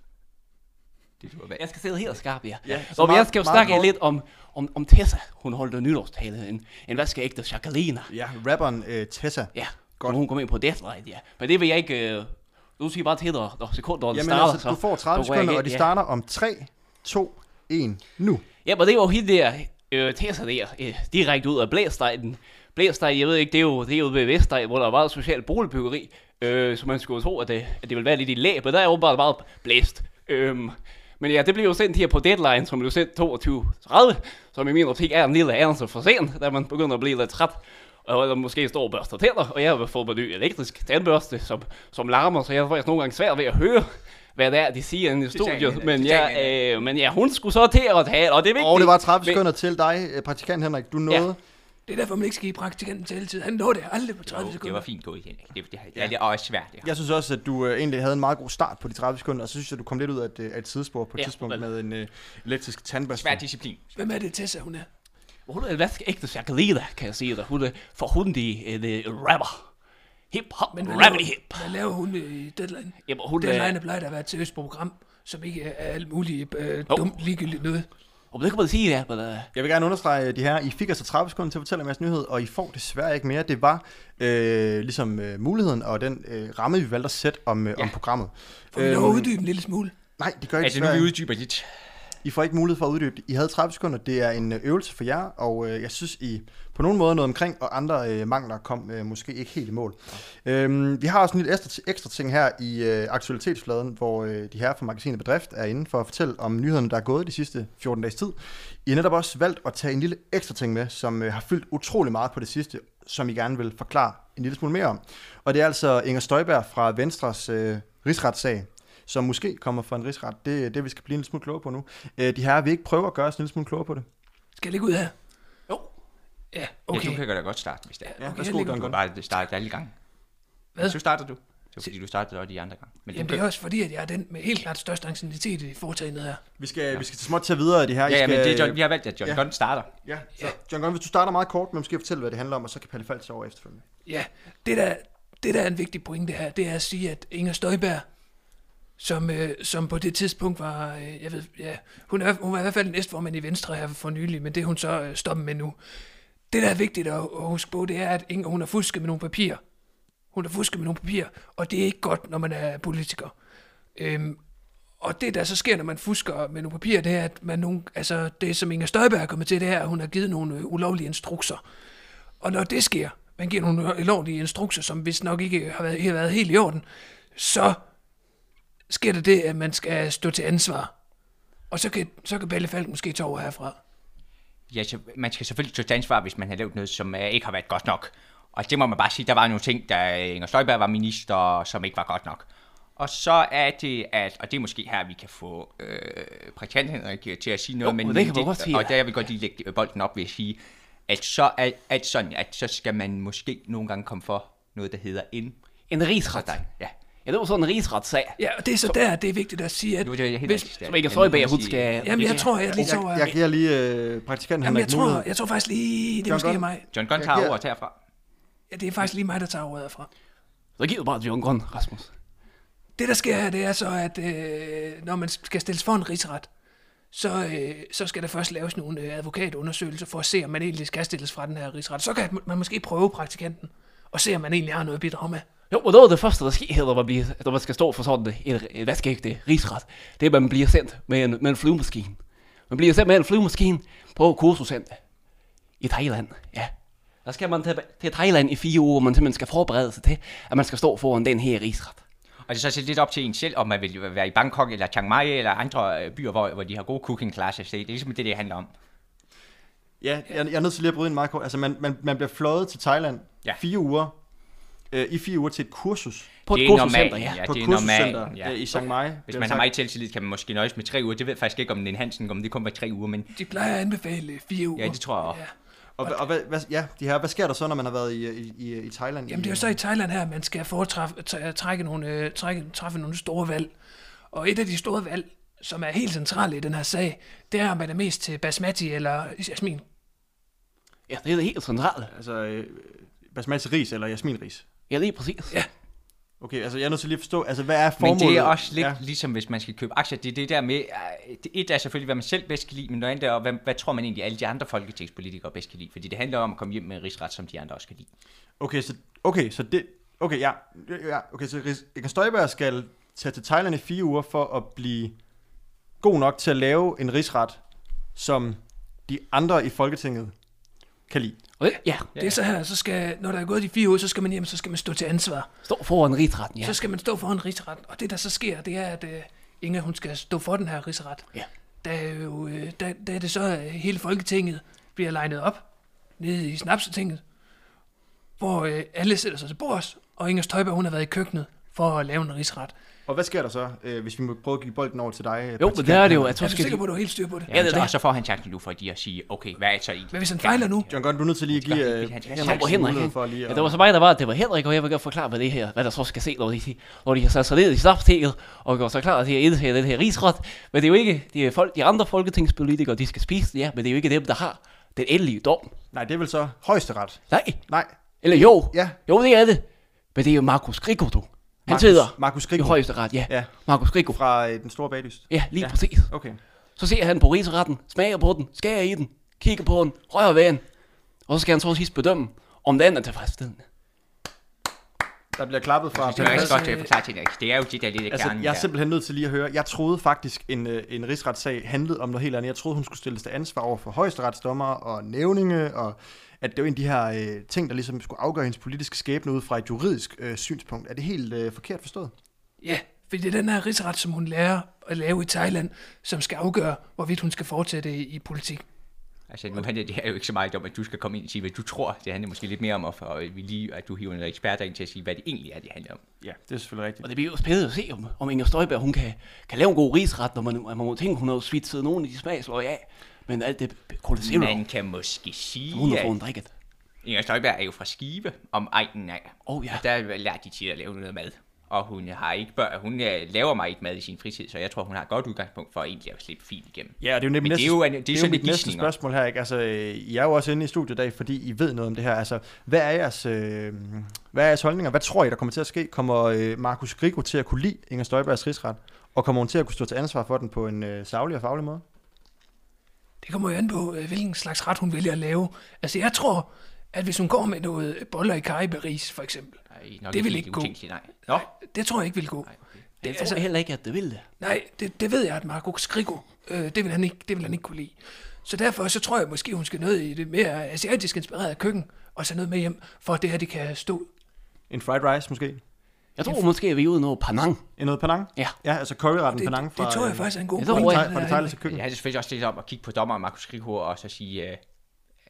det, du har valgt. Jeg skal sidde helt skarp, ja. Ja, så så meget- jeg skal jo meget snakke kort. lidt om, om, om Tessa. Hun holdt en nytårstale. En, en vaskeægte Jacqueline. Ja, rapperen øh, Tessa. Ja, Godt. godt. Hun kom ind på Deathline, ja. Men det vil jeg ikke... Øh, du siger bare til, når, når sekunderne Jamen starter. altså, du får tredive så går jeg sekunder, igen, og de ja. starter om tre, to, et, nu. Ja, men det var jo helt der, øh, Tessa der, øh, direkte ud af Blæstegnen. Blæstegn, jeg ved ikke, det er jo, det er jo ved Vestegn, hvor der er meget socialt boligbyggeri. Øh, så man skulle jo tro, at det, at det ville være lidt i læb, men der er jo bare meget blæst. Øhm, men ja, det blev jo sendt her på Deadline, som blev sendt toogtyve tredive, som i min optik er en lille anelse for sent, da man begynder at blive lidt træt. Og eller måske står og børster tænder, og jeg har fået mig ny elektrisk tandbørste, som, som larmer, så jeg er faktisk nogle gange svært ved at høre, hvad det er, de siger inde i sagde studiet. han, Men det sagde ja, øh, men ja, hun skulle så til at tale, og det er vigtigt. Og det var tredive Men- sekunder til dig, øh, praktikant Henrik. Du nåede. Det er derfor, man ikke skal give praktikanten taletid. Han nåede det aldrig på tredive Jo, det sekunder. var fint gået, Henrik. Det, det, det, det er også svært, det her. Jeg synes også, at du øh, egentlig havde en meget god start på de tredive sekunder, og så synes jeg, at du kom lidt ud af et, øh, af et sidespor på et Ja, tidspunkt vel. med en øh, elektrisk tandbørste. Svær disciplin. Hvem er det, Tessa, hun er? Hun er en vaskeægte Jacqueline, kan jeg sige dig. Hun er for hun de en uh, rapper. Hip-hop, Men hvad rappity laver, hip. hvad laver hun i Deadline? Jamen, hun er... Deadline er plejer at være et seriøst program, som ikke er alt muligt øh, Jo. dumt ligegyldigt noget. Og det kan man sige, ja, men... Uh, Jeg vil gerne understrege de her. I fik altså tredive sekunder til at fortælle om jeres nyhed, og I får desværre ikke mere. Det var øh, ligesom øh, muligheden og den øh, ramme, vi valgte at sætte om, øh, ja. om programmet. Får vi lov at uddybe en lille smule? Nej, det gør I Altså, nu desværre vi ikke. uddyber lidt. I får ikke mulighed for at uddybe det. I havde tredive sekunder. Det er en øh, øvelse for jer, og øh, jeg synes, I på nogen måde noget omkring, og andre øh, mangler kom øh, måske ikke helt i mål. Øhm, vi har også en lille ekstra, ekstra ting her i øh, aktualitetsfladen, hvor øh, de her fra magasinet Bedrift er inde for at fortælle om nyhederne, der er gået de sidste fjorten dages tid. I har netop også valgt at tage en lille ekstra ting med, som øh, har fyldt utrolig meget på det sidste, som I gerne vil forklare en lille smule mere om. Og det er altså Inger Støjberg fra Venstres øh, rigsretssag, som måske kommer fra en rigsret. Det er det, vi skal blive en lille smule klogere på nu. Øh, de her vil ikke prøve at gøre os en lille smule klogere på det. Skal jeg lægge ud her? Jo. Ja, Okay. okay. Ja, du kan da godt starte, hvis det er. Ja, okay, værsgo, jeg lægger John Du kan Gunn. bare starte alle gange. Hvad? Så starter du. Så fordi du startede også de andre gange. Men Jamen, du det kan... er også fordi, at jeg er den med helt klart størst anciennitet i foretagendet her. Vi skal, ja. vi skal til småt tage videre af de her. I Ja, ja, skal, men det er John, vi har valgt, at John Ja. Gunn starter. Ja, så John Gunn, hvis du starter meget kort, men måske fortælle, hvad det handler om, og så kan Palle Falk tage over efterfølgende. Ja, det der, det der er en vigtig pointe her, det er at sige, at Inger Støjberg, som, øh, som på det tidspunkt var, øh, jeg ved, ja, hun, er, hun var i hvert fald næstformand i Venstre her for nylig, men det er hun så øh, stoppet med nu. Det, der er vigtigt at, at huske på, det er, at Inger, hun har fusket med nogle papirer. Hun har fusket med nogle papirer, og det er ikke godt, når man er politiker. Øhm, og det, der så sker, når man fusker med nogle papirer, det er, at man nogle, altså, det, som Inger Støjberg er kommet til, det er, at hun har givet nogle øh, ulovlige instrukser. Og når det sker, man giver nogle ulovlige instrukser, som vist nok ikke har været, har været helt i orden, så sker der det, at man skal stå til ansvar. Og så kan, så kan Palle Falk måske tage over herfra. Ja, så man skal selvfølgelig stå til ansvar, hvis man har lavet noget, som uh, ikke har været godt nok. Og det må man bare sige, der var nogle ting, da Inger Støjberg var minister, som ikke var godt nok. Og så er det, at, og det er måske her, vi kan få øh, praktikant Henrik til at sige noget, Jo, men, det men kan man godt sige, og ja. der jeg vil godt lige lægge bolden op ved at sige, at så, er, at sådan, at så skal man måske nogle gange komme for noget, der hedder en... En rigsret. Ja. Ja, det var sådan en rigsretssag. Ja, og det er så der, det er vigtigt at sige, at Nu er det helt hvis, rigtigt. Som Inger Støjberg, hun skal... jamen jeg tror, jeg lige så... Jeg, jeg giver lige øh, praktikanten Jamen, jeg Henrik tror, mulighed. jeg tror faktisk lige, det er John måske Gunn. mig. John Gunn Jeg tager giver- ordet herfra. Ja, det er faktisk lige mig, der tager ordet herfra. Så giv det bare til John Gunn, Rasmus. Det, der sker her, det er så, at øh, når man skal stilles for en rigsret, så, øh, så skal der først laves nogle øh, advokatundersøgelser for at se, om man egentlig skal stilles fra den her rigsret. Så kan man måske prøve praktikanten og se, om man egentlig har noget at bidrage med. Jo, og det var det første, der sker, når man, bliver, når man skal stå for sådan en, en vaskeægte rigsret. Det er, at man bliver sendt med en, med en flyvemaskine. Man bliver sendt med en flyvemaskine på kursuscenter i Thailand. Ja. Der skal man til, til Thailand i fire uger, hvor man simpelthen skal forberede sig til, at man skal stå foran den her rigsret. Og det er så lidt op til en selv, om man vil være i Bangkok eller Chiang Mai eller andre byer, hvor, hvor de har gode cooking classes. Det er ligesom det, det handler om. Ja, jeg, jeg er nødt til lige at bryde ind meget kort. Altså, man, man, man bliver fløjet til Thailand Ja. fire uger, øh, i fire uger til et kursus. På Det et er kursuscenter, normalt, ja. ja. på det et er kursuscenter normalt, ja. øh, i Chiang Mai. Hvis Det man er har meget selvtillid, kan man måske nøjes med tre uger. Det ved jeg faktisk ikke, om den Hansen, om det kun var tre uger, men De plejer at anbefale fire uger. ja, det tror jeg også. Ja. Og, og hvad, hvad, ja, de her, hvad sker der så, når man har været i, i, i, i Thailand? Jamen det er jo så i Thailand her, man skal foretræffe, træ- trække nogle, øh, trække, træffe nogle store valg. Og et af de store valg, som er helt centrale i den her sag, det er, om man er mest til basmati eller jasmin. Ja, det er det helt centrale. Altså, øh, basmati ris eller jasminris? Ja, lige præcis. Ja. Okay, altså jeg er nødt til lige at forstå, altså hvad er Men formålet? det er også lidt Ja. ja. ligesom, hvis man skal købe aktier. Det er det der med, øh, det et er selvfølgelig, hvad man selv bedst kan lide, men noget andet er, og hvad, hvad tror man egentlig, alle de andre folketingspolitikere bedst kan lide? Fordi det handler om at komme hjem med en rigsret, som de andre også kan lide. Okay, så, okay, så det... Okay, ja. ja okay, så Inger Støjberg skal tage til Thailand i fire uger for at blive god nok til at lave en rigsret, som de andre i Folketinget kan lide. Okay, ja, Det er så her, så skal, når der er gået de fire uger, så skal man hjem, så skal man stå til ansvar. stå foran rigsretten, ja. Så skal man stå for en rigsret. Og det, der så sker, det er, at uh, Inger, hun skal stå for den her rigsret. Ja. Der er jo, uh, der, der er det så, at hele Folketinget bliver legnet op nede i Snapsetinget, hvor uh, alle sætter sig til bords, og Inger Støjberg, hun har været i køkkenet for at lave en rigsret. Og hvad sker der så, øh, hvis vi må prøve at give bolden over til dig? Jo, men der er det jo, at så Er du skal sikker de... på, at du har helt styr på det? Ja, det er så, det. og så får han chancen nu for lige at sige, okay, hvad er det så egentlig? Men hvis han fejler nu, John Gunn, du er nødt til lige at give øh, Han- han- Jeg tror på Henrik, mulighed han. for lige Ja, at... det var så mig, der var, at det var Henrik, og jeg vil godt forklare, hvad det her, hvad der så skal se, når de, når de har sat sig ned i snapstinget, og går så klar til at indtage den her rigsret. Men det er jo ikke, det er folk, de andre folketingspolitikere, de skal spise det, ja, men det er jo ikke dem, der har den endelige dom. Nej, det er vel så højesteret. Nej, Nej, eller jo, ja. jo det er det. Men det er jo Markus Griggo, du. Han Markus- sidder Markus i Griggo. højesteret, ja. Ja, Markus Griggo. fra øh, den store baglyst. Ja, lige Ja. præcis. Okay. Så ser han på rigsretten, smager på den, skærer i den, kigger på den, rører ved den. Og så skal han så sidst bedømme, om den er tilfredsstillende. Der bliver klappet fra... Det er jo ikke altså, godt til at forklare til Henrik. Det er jo det der lille Altså, kernen jeg er der. simpelthen nødt til lige at høre. Jeg troede faktisk, en, øh, en rigsretssag handlede om noget helt andet. Jeg troede, hun skulle stilles til ansvar over for højesteretsdommer og nævninge, og at det var en af de her øh, ting, der ligesom skulle afgøre hendes politiske skæbne ud fra et juridisk øh, synspunkt. Er det helt øh, forkert forstået? ja, fordi det er den her rigsret, som hun lærer at lave i Thailand, som skal afgøre, hvorvidt hun skal fortsætte i, i politik. Altså, nu handler det her jo ikke så meget om, at du skal komme ind og sige, hvad du tror. Det handler måske lidt mere om, at, og vi lige, at du hiver en ekspert ind til at sige, hvad det egentlig er, det handler om. Ja, det er selvfølgelig rigtigt. Og det bliver jo spændende at se, om, om Inger Støjberg, hun kan, kan lave en god rigsret, når man, man må tænke, hun har jo svitset nogle af de smagsløg af. Men alt det kolosserer, Man kan måske sige, hun har fået en at drikket. Inger Støjberg er jo fra Skive om egnen af. Åh, ja. Og der lærte de tit at lave noget mad. Og hun har ikke bør, hun øh, laver meget mad i sin fritid, så jeg tror, hun har et godt udgangspunkt for egentlig at slippe fint igennem. Ja, og det er jo nemlig Men næste, det er jo, en- det er det er jo sådan mit et næste gisninger. spørgsmål her, ikke? Altså, øh, I er jo også inde i studiet i dag, fordi I ved noget om det her. Altså, hvad er jeres, øh, hvad er jeres holdninger? Hvad tror I, der kommer til at ske? Kommer øh, Markus Griggo til at kunne lide Inger Støjbergs rigsret? Og kommer hun til at kunne stå til ansvar for den på en øh, saglig og faglig måde? Det kommer jo an på, øh, hvilken slags ret hun vælger at lave. Altså, jeg tror, at hvis hun går med noget boller i Caribe-ris, for eksempel, Ej, nok Det vil helt ikke gå. utænkeligt, nej. Nå, det tror jeg ikke vil gå. Nej, okay. Jeg tror altså- heller ikke, at det vil det. Nej, det, det ved jeg, at Markus Griggo, øh, det, vil han ikke, det vil han ikke kunne lide. Så derfor så tror jeg måske, hun skal noget i det mere asiatisk inspirerede køkken, og så noget med hjem, for at det her, det kan stå. En fried rice måske? Jeg tror måske, at vi er ude i noget Panang. En noget Penang? Ja. Ja, altså curryretten Det, Penang fra, det tror jeg øh, faktisk er en god Ja, det tror point, jeg. den fra her det thailandske Henrik. køkken. Jeg har selvfølgelig også lidt om at kigge på dommer Markus Grigho og så sige, øh, øh,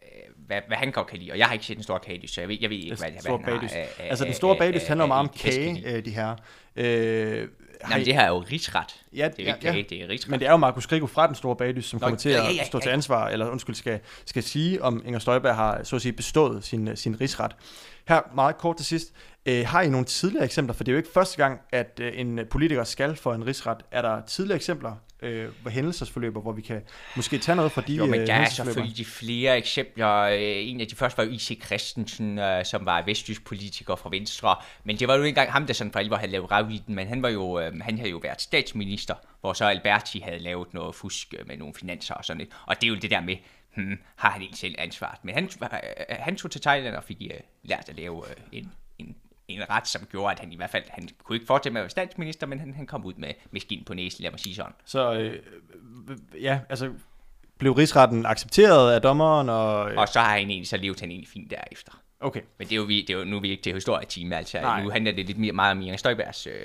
hvad, hvad han godt kan lide, og jeg har ikke set den store kagedyst, så jeg ved, jeg ved ikke, hvad, hvad han bagdyst. har. Af, af, altså den store bagdyst handler af, meget om af, kage, øh, de her. Øh, Nej, det her er jo rigsret. Ja, det er jo ja, ikke kage, ja. det er rigsret. Men det er jo Markus Grigo fra den store bagdyst, som Nå, kommer til ja, at ja, ja, stå til ja. ansvar, eller undskyld, skal, skal sige, om Inger Støjberg har så at sige bestået sin, sin rigsret. Her meget kort til sidst. Øh, har I nogle tidligere eksempler? For det er jo ikke første gang, at øh, en politiker skal for en rigsret. Er der tidligere eksempler, øh, hvor hændelsesforløber, hvor vi kan måske tage noget fra de Jo, men øh, der er hændelsesforløber? selvfølgelig de flere eksempler. Øh, En af de første var jo I C Christensen, øh, som var vestjysk politiker fra Venstre. Men det var jo ikke engang ham, der sådan for alvor havde lavet rav i den, men han, var jo, øh, han havde jo været statsminister, hvor så Alberti havde lavet noget fusk med nogle finanser og sådan lidt. Og det er jo det der med, hmm, har han ikke selv ansvaret. Men han, øh, han tog til Thailand og fik øh, lært at lave øh, en, en en ret, som gjorde, at han i hvert fald, han kunne ikke fortsætte med at være statsminister, men han, han kom ud med, med skin på næsen, lad mig sige sådan. Så øh, ja, altså blev rigsretten accepteret af dommeren? Og, øh... og så har han egentlig, så levet han egentlig fint derefter. Okay. Men det er jo, det er jo nu er vi ikke til historietime, altså Nej. nu handler det lidt mere, meget om Inger Støjbergs... Øh...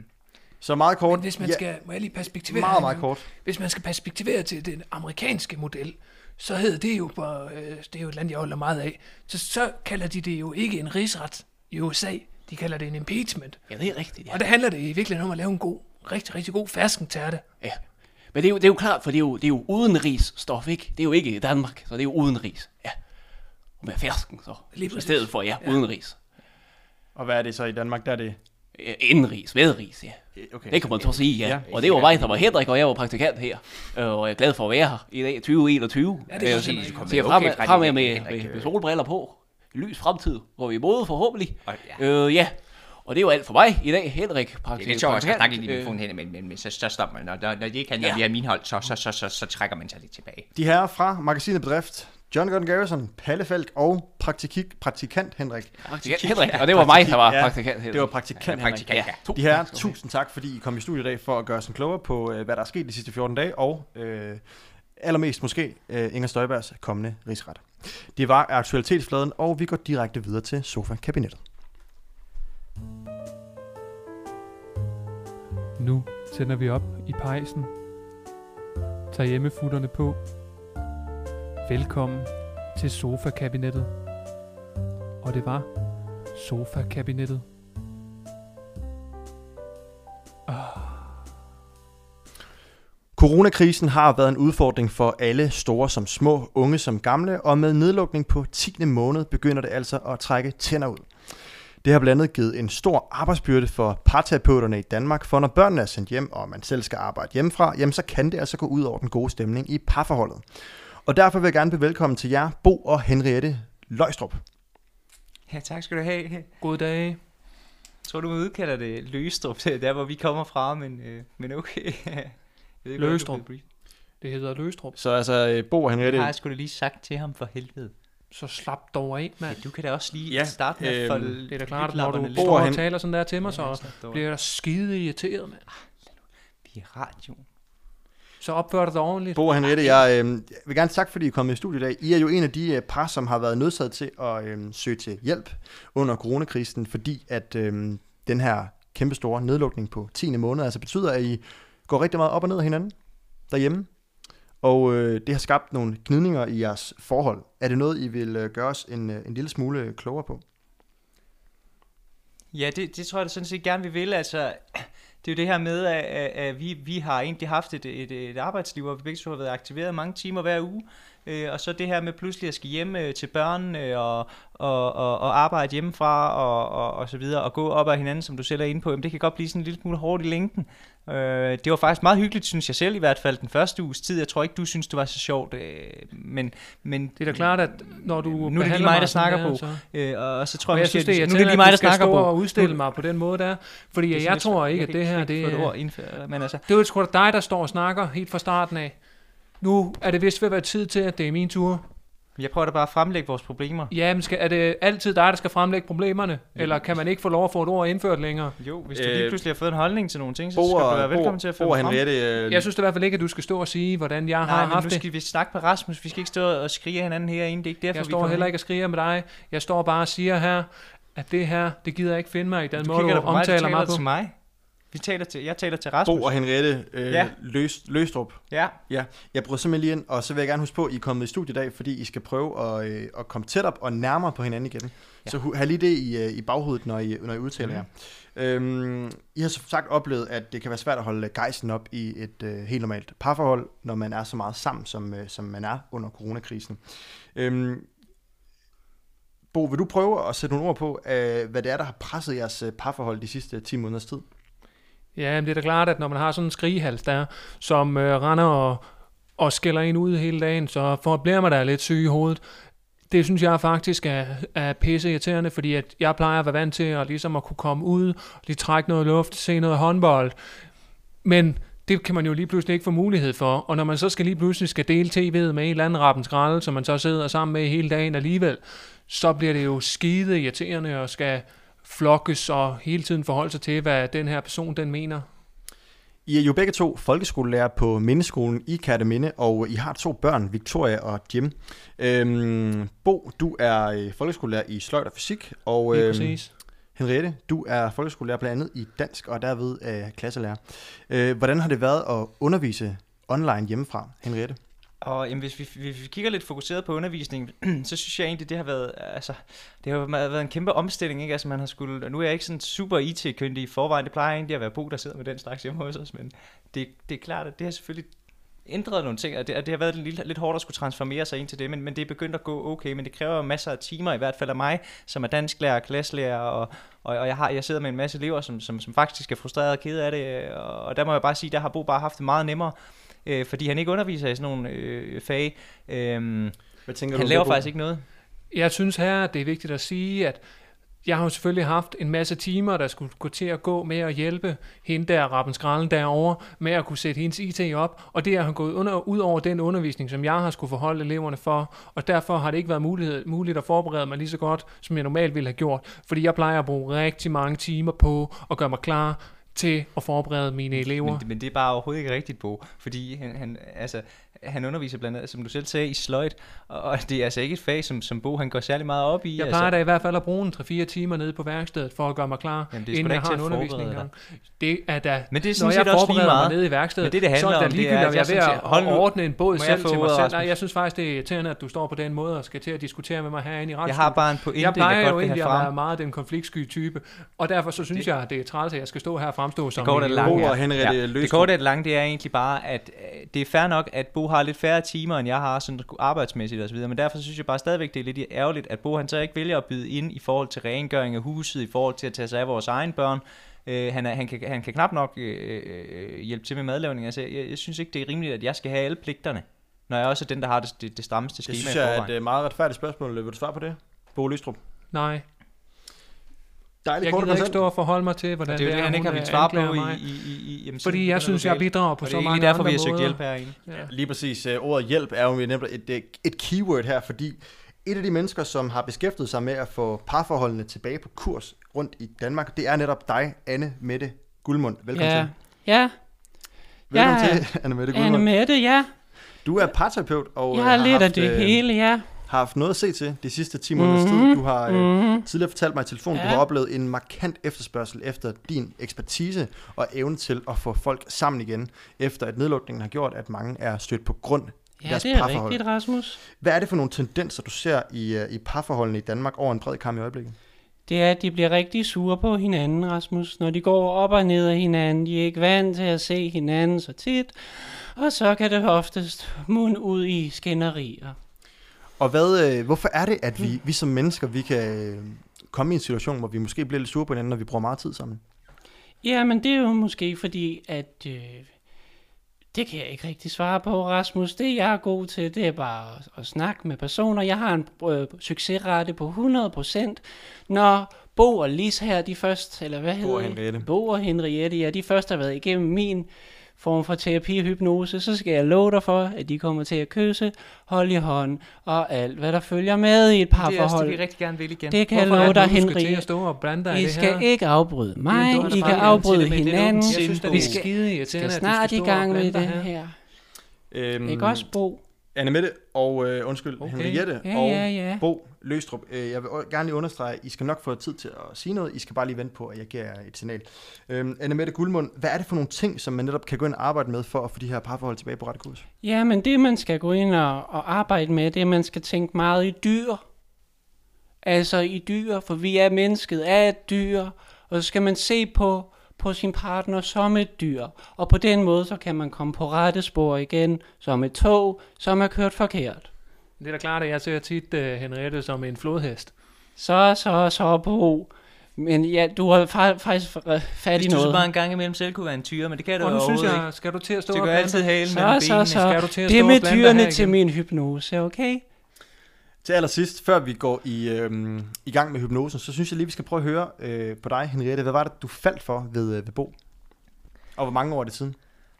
Så meget kort. Men hvis man skal, må jeg lige perspektivere Meget, her meget nu? kort. Hvis man skal perspektivere til den amerikanske model, så hedder det jo, på, øh, det er jo et land, jeg holder meget af, så, så kalder de det jo ikke en rigsret i U S A, de kalder det en impeachment. Ja, det er rigtigt, ja. Og der handler det i virkeligheden om at lave en god, rigtig, rigtig god ferskentærte. Ja. Men det er, jo, det er jo klart, for det er jo, det er jo udenrigsstof, ikke? Det er jo ikke i Danmark, så det er jo udenrigs. Ja. Og med fersken, så. Lige I stedet for, ja, Ja. udenrigs. Og hvad er det så i Danmark? Der er det... Øh, Indenrigs, vedrigs, ja. Okay. Det kan man så sige, ja. Ja. Og det var mig, der var Henrik, og jeg var praktikant her. Øh, Og jeg er glad for at være her i dag, tyve enogtyve. Ja, det er Øh, godt, så- Henrik. Så jeg er fremad, Okay, fremad Henrik, med, Henrik, med, øh. med solbriller på. Lys fremtid, hvor vi er både forhåbentlig. Og, Ja. Øh, ja. Og det er jo alt for mig i dag, Henrik. Det er Praktik, lidt sjovt, at jeg skal snakke i din øh, mikrofon hen, men, men, men så, så stopper man. Når, når, når de ikke handler Ja. via min hold, så, så, så, så, så trækker man sig lidt tilbage. De her fra magasinet Bedrift, John Gordon Garrison, Palle Falk og praktikik, praktikant Henrik. Praktikant Henrik, og det var mig, der var Ja, praktikant Henrik. Det var praktikant Ja, Henrik. praktikant, ja. To De her, tak skal du have. tusind tak, fordi I kom i studiet i dag for at gøre os klogere på, øh, hvad der er sket de sidste fjorten dage, og øh, allermest måske øh, Inger Støjbergs kommende rigsret. Det var aktualitetsfladen, og vi går direkte videre til sofa-kabinettet. Nu tænder vi op i pejsen. Tag hjemmefutterne på. Velkommen til sofa-kabinettet. Og det var sofa-kabinettet. Coronakrisen har været en udfordring for alle, store som små, unge som gamle, og med nedlukning på tiende måned begynder det altså at trække tænder ud. Det har blandt andet givet en stor arbejdsbyrde for parterapeuterne i Danmark, for når børnene er sendt hjem, og man selv skal arbejde hjemmefra, jamen så kan det altså gå ud over den gode stemning i parforholdet. Og derfor vil jeg gerne byde velkommen til jer, Bo og Henriette Løgstrup. Ja, tak skal du have. God dag. Jeg tror, du udkalder det Løgstrup, der hvor vi kommer fra, men, øh, men okay. Jeg ved ikke, Løgstrup. hvordan du bliver Det hedder Løstrup. Så altså, øh, Bo og briefet. Henriette... Det har jeg sgu da lige sagt til ham for helvede. Så slap dog af, mand. Ja, du kan da også lige Ja, starte med at øhm, folde Det er da klart, at når du lyklapperne lidt. står og hen- taler sådan der til mig, Ja, så slap dog af. bliver jeg da skide irriteret, mand. Vi er radio. Så opfør dig ordentligt. Bo og Henriette, jeg øh, vil gerne takke, fordi I er kommet i studiet i dag. I er jo en af de øh, par, som har været nødsaget til at øh, søge til hjælp under coronakrisen, fordi at øh, den her kæmpestore nedlukning på tiende måned altså betyder, at I går rigtig meget op og ned af hinanden derhjemme. Og øh, det har skabt nogle gnidninger i jeres forhold. Er det noget, I vil øh, gøre os en, øh, en lille smule klogere på? Ja, det, det tror jeg da sådan set gerne, vi vil. Altså, det er jo det her med, at, at, at vi, vi har egentlig haft et, et, et arbejdsliv, hvor vi begge to har været aktiveret mange timer hver uge. Øh, og så det her med pludselig at skal hjem øh, til børnene og, og, og, og arbejde hjemmefra og, og, og så videre, og gå op ad hinanden, som du selv er inde på, jamen, det kan godt blive sådan en lille smule hårdt i længden. Øh, det var faktisk meget hyggeligt, synes jeg selv i hvert fald, den første uges tid. Jeg tror ikke, du synes, det var så sjovt, øh, men, men... Det er da klart, at når du Nu er det lige behandler mig, der sådan snakker der, på. så- Øh, og, og så tror Og jeg, jeg måske, synes, det er at- nu er det lige irriterende, mig, at der du skal snakker stå på. og udstille mig på den måde der. Fordi Det er jeg, sådan jeg lidt tror svært. ikke, Jeg at kan det her, ikke det få et er... ord indført, men altså... Det er jo sgu da dig, der står og snakker helt fra starten af. Nu er det vist ved at være tid til, at det er min tur. Jeg prøver da bare at fremlægge vores problemer. Ja, men skal, er det altid dig, der skal fremlægge problemerne? Eller kan man ikke få lov at få et ord indført længere? Jo, hvis du Øh, lige pludselig har fået en holdning til nogle ting, så Bo skal du og, være Bo, velkommen til at Bo finde og frem. Henriette... Øh, Jeg synes i hvert fald ikke, at du skal stå og sige, hvordan jeg har Nej, men haft nu det. skal vi snakke med Rasmus. Vi skal ikke stå og skrige af hinanden herinde. Det er ikke derfor, Jeg vi står kommer heller hen. ikke og skriger med dig. Jeg står bare og siger her, at det her, det gider jeg ikke finde mig i den Du måde, kigger du da på mig, du omtaler taler mig på. til mig. Vi taler til, jeg taler til Rasmus. Bo og Henriette øh, Ja. Løs, Løstrup. Ja. Ja, jeg bryder simpelthen lige ind, og så vil jeg gerne huske på, at I er kommet i studiet i dag, fordi I skal prøve at, øh, at komme tæt op og nærmere på hinanden igen. Ja. Så hu- have lige det i, øh, i baghovedet, når I, når I udtaler Mhm. jer. Øhm, I har som sagt oplevet, at det kan være svært at holde gejsten op i et øh, helt normalt parforhold, når man er så meget sammen, som, øh, som man er under coronakrisen. Øhm, Bo, vil du prøve at sætte nogle ord på, øh, hvad det er, der har presset jeres øh, parforhold de sidste ti måneders tid? Ja, men det er da klart, at når man har sådan en skrigehals der, som øh, render og, og skælder en ud hele dagen, så for, bliver man da lidt syg i hovedet. Det synes jeg faktisk er, er pisse irriterende, fordi at jeg plejer at være vant til at, ligesom at kunne komme ud, lige trække noget luft, se noget håndbold. Men det kan man jo lige pludselig ikke få mulighed for. Og når man så skal lige pludselig skal dele tv'et med en eller anden rappen skralde, som man så sidder sammen med hele dagen alligevel, så bliver det jo skide irriterende og skal flokkes og hele tiden forholde sig til, hvad den her person den mener. I er jo begge to folkeskolelærer på Mindeskolen i Kerteminde, og I har to børn, Victoria og Jim. Øhm, Bo, du er øh, folkeskolelærer i sløjd og fysik, og Lige øhm, præcis. Henriette, du er folkeskolelærer blandt andet i dansk og derved øh, klasselærer. Øh, hvordan har det været at undervise online hjemmefra, Henriette? Og jamen, hvis, vi, hvis vi kigger lidt fokuseret på undervisning, så synes jeg egentlig, det har været, altså, det har været en kæmpe omstilling, ikke? Altså, man har skulle, og nu er jeg ikke sådan super I T-kyndig i forvejen, det plejer egentlig at være Bo, der sidder med den slags hjemme hos os, men det, det er klart, at det har selvfølgelig ændret nogle ting, og det, og det har været lidt, lidt hårdt at skulle transformere sig ind til det, men, men det er begyndt at gå okay, men det kræver masser af timer, i hvert fald af mig, som er dansklærer og klasselærer, og, og, og jeg, har, jeg sidder med en masse elever, som, som, som faktisk er frustreret og ked af det, og, og der må jeg bare sige, der har Bo bare haft det meget nemmere, øh, fordi han ikke underviser i sådan nogle øh, fag. Øh, Hvad tænker han du, laver Bo? faktisk ikke noget. Jeg synes her, at det er vigtigt at sige, at jeg har jo selvfølgelig haft en masse timer, der skulle gå til at gå med at hjælpe hende der, Rappen Skralden derovre, med at kunne sætte hendes I T op, og det har gået under, ud over den undervisning, som jeg har skulle forholde eleverne for, og derfor har det ikke været mulighed, muligt at forberede mig lige så godt, som jeg normalt ville have gjort, fordi jeg plejer at bruge rigtig mange timer på at gøre mig klar til at forberede mine elever. Men, men det er bare overhovedet ikke rigtigt, Bo, fordi han, han, altså, han underviser blandt andet, som du selv sagde, i sløjd, og, og det er altså ikke et fag, som, som Bo han går særlig meget op i. Jeg plejer da i hvert fald at bruge en tre fire timer nede på værkstedet, for at gøre mig klar, Jamen, det er sgu inden da jeg ikke har til en at undervisning forberede gang. Det er da, Men det er når sådan jeg set også lige forbereder mig meget. nede i værkstedet, Men det, det handler så er det om, da det ligegyldigt, er, om jeg er ved jeg at synes, hold nu- ordne en båd Må jeg selv få til mig ordet, selv. Rasmus? Nej, jeg synes faktisk, det er irriterende, at du står på den måde og skal til at diskutere med mig herinde i retsstudiet. Jeg har bare en pointe, jeg jeg plejer godt jo vil have egentlig at frem. være meget den konfliktsky type, og derfor så synes jeg, at det er træls, at jeg skal stå her og fremstå som Det går en det idiot. lange, Bo og Henriette ja. Løstrup. Det korte af det lange, det er egentlig bare, at øh, det er fair nok, at Bo har lidt færre timer, end jeg har sådan arbejdsmæssigt og så videre, men derfor synes jeg bare stadigvæk, det er lidt ærgerligt, at Bo han så ikke vælger at byde ind i forhold til rengøring af huset, i forhold til at tage sig af vores egen børn. Øh, han, er, han, kan, han kan knap nok øh, øh, hjælpe til med madlavning. Altså, jeg, jeg synes ikke, det er rimeligt, at jeg skal have alle pligterne, når jeg også er den, der har det, det, det strammeste Det skema synes i jeg er forvejen. et øh, meget retfærdigt spørgsmål. Vil du svare på det? Bo Løstrup. Nej, Dejligt jeg kort og gider ikke kontant. stå og forholde mig til, hvordan Det er jo det, han ikke har hun, vildt øh, svare på anklager i, mig. i, i, i jamen, så Fordi begynder jeg synes, noget jeg galt. bidrager på Og det så er egentlig mange derfor, andre vi har søgt måder. hjælp herinde. Ja. Lige præcis. Uh, ordet hjælp er jo nemlig et, et, et keyword her, fordi et af de mennesker, som har beskæftiget sig med at få parforholdene tilbage på kurs rundt i Danmark, det er netop dig, Anne Mette Guldmund. Velkommen Ja. til. Ja, Velkommen Ja. til, Anne Mette Anne Guldmund. Mette, ja. Du er parterapeut og Jeg øh, har har lidt af haft, det øh, hele, ja. har haft noget at se til de sidste ti måneders Mhm. tid. Du har øh, Mhm. tidligere fortalt mig i telefon, Ja. du har oplevet en markant efterspørgsel efter din ekspertise og evne til at få folk sammen igen, efter at nedlukningen har gjort, at mange er stødt på grund i Ja, deres det er parforhold. rigtigt, Rasmus. Hvad er det for nogle tendenser, du ser i, øh, i parforholdene i Danmark over en bred kam i øjeblikket? Det er, at de bliver rigtig sure på hinanden, Rasmus. Når de går op og ned af hinanden, de er ikke vant til at se hinanden så tit. Og så kan det oftest munde ud i skænderier. Og hvad, øh, hvorfor er det, at vi, vi som mennesker, vi kan øh, komme i en situation, hvor vi måske bliver lidt sure på hinanden, når vi bruger meget tid sammen? Ja, men det er jo måske fordi, at... Øh, det kan jeg ikke rigtig svare på, Rasmus. Det jeg er god til, det er bare at, at snakke med personer. Jeg har en øh, succesrate på hundrede procent. Når Bo og Lis her, de først, eller hvad Bo hedder og det? Henriette. Bo og Henriette, ja, de først har været igennem min form for terapi og hypnose, så skal jeg love dig for, at de kommer til at kysse, holde i hånd og alt, hvad der følger med i et Det er også parforhold. det, vi rigtig gerne vil igen. Det kan jeg Hvorfor er love det dig, nu, du skal til Henriette. at stå og blande dig i I det skal her? ikke afbryde mig, Jamen, du I har kan bare afbryde til det med det hinanden. åbne sind, og Vi det er skal, skide irriterende, skal at du snart skal i stå gang og med blande det dig her. Øhm, Ikke også, Bo? Anne Mette og, øh, undskyld, Okay. Henriette Ja, og ja, ja. Bo. Løgstrup, øh, jeg vil gerne lige understrege, I skal nok få tid til at sige noget. I skal bare lige vente på, at jeg giver jer et signal. Øh, Annemette Guldmund, hvad er det for nogle ting, som man netop kan gå ind og arbejde med for at få de her parforhold tilbage på rette kurs? Ja, men det man skal gå ind og, og arbejde med, det er, at man skal tænke meget i dyr. Altså i dyr, for vi er mennesket er et dyr, og så skal man se på, på sin partner som et dyr. Og på den måde, så kan man komme på rette spor igen, som et tog, som er kørt forkert. Det er da klart, at jeg ser tit uh, Henriette som en flodhest. Så, så, så, Bo. Men ja, du har fa- faktisk fat i noget. Hvis du så bare en gang imellem selv kunne være en tyre, men det kan du og jo nu synes overhovedet jeg, ikke. skal du til at stå det og gør altid halen så, mellem så, benene. så. Skal du til at Det stå med og blande dyrene her til igen? min hypnose, okay? Til allersidst, før vi går i, øh, i gang med hypnosen, så synes jeg lige, vi skal prøve at høre øh, på dig, Henriette. Hvad var det, du faldt for ved, øh, ved Bo? Og hvor mange år er det siden?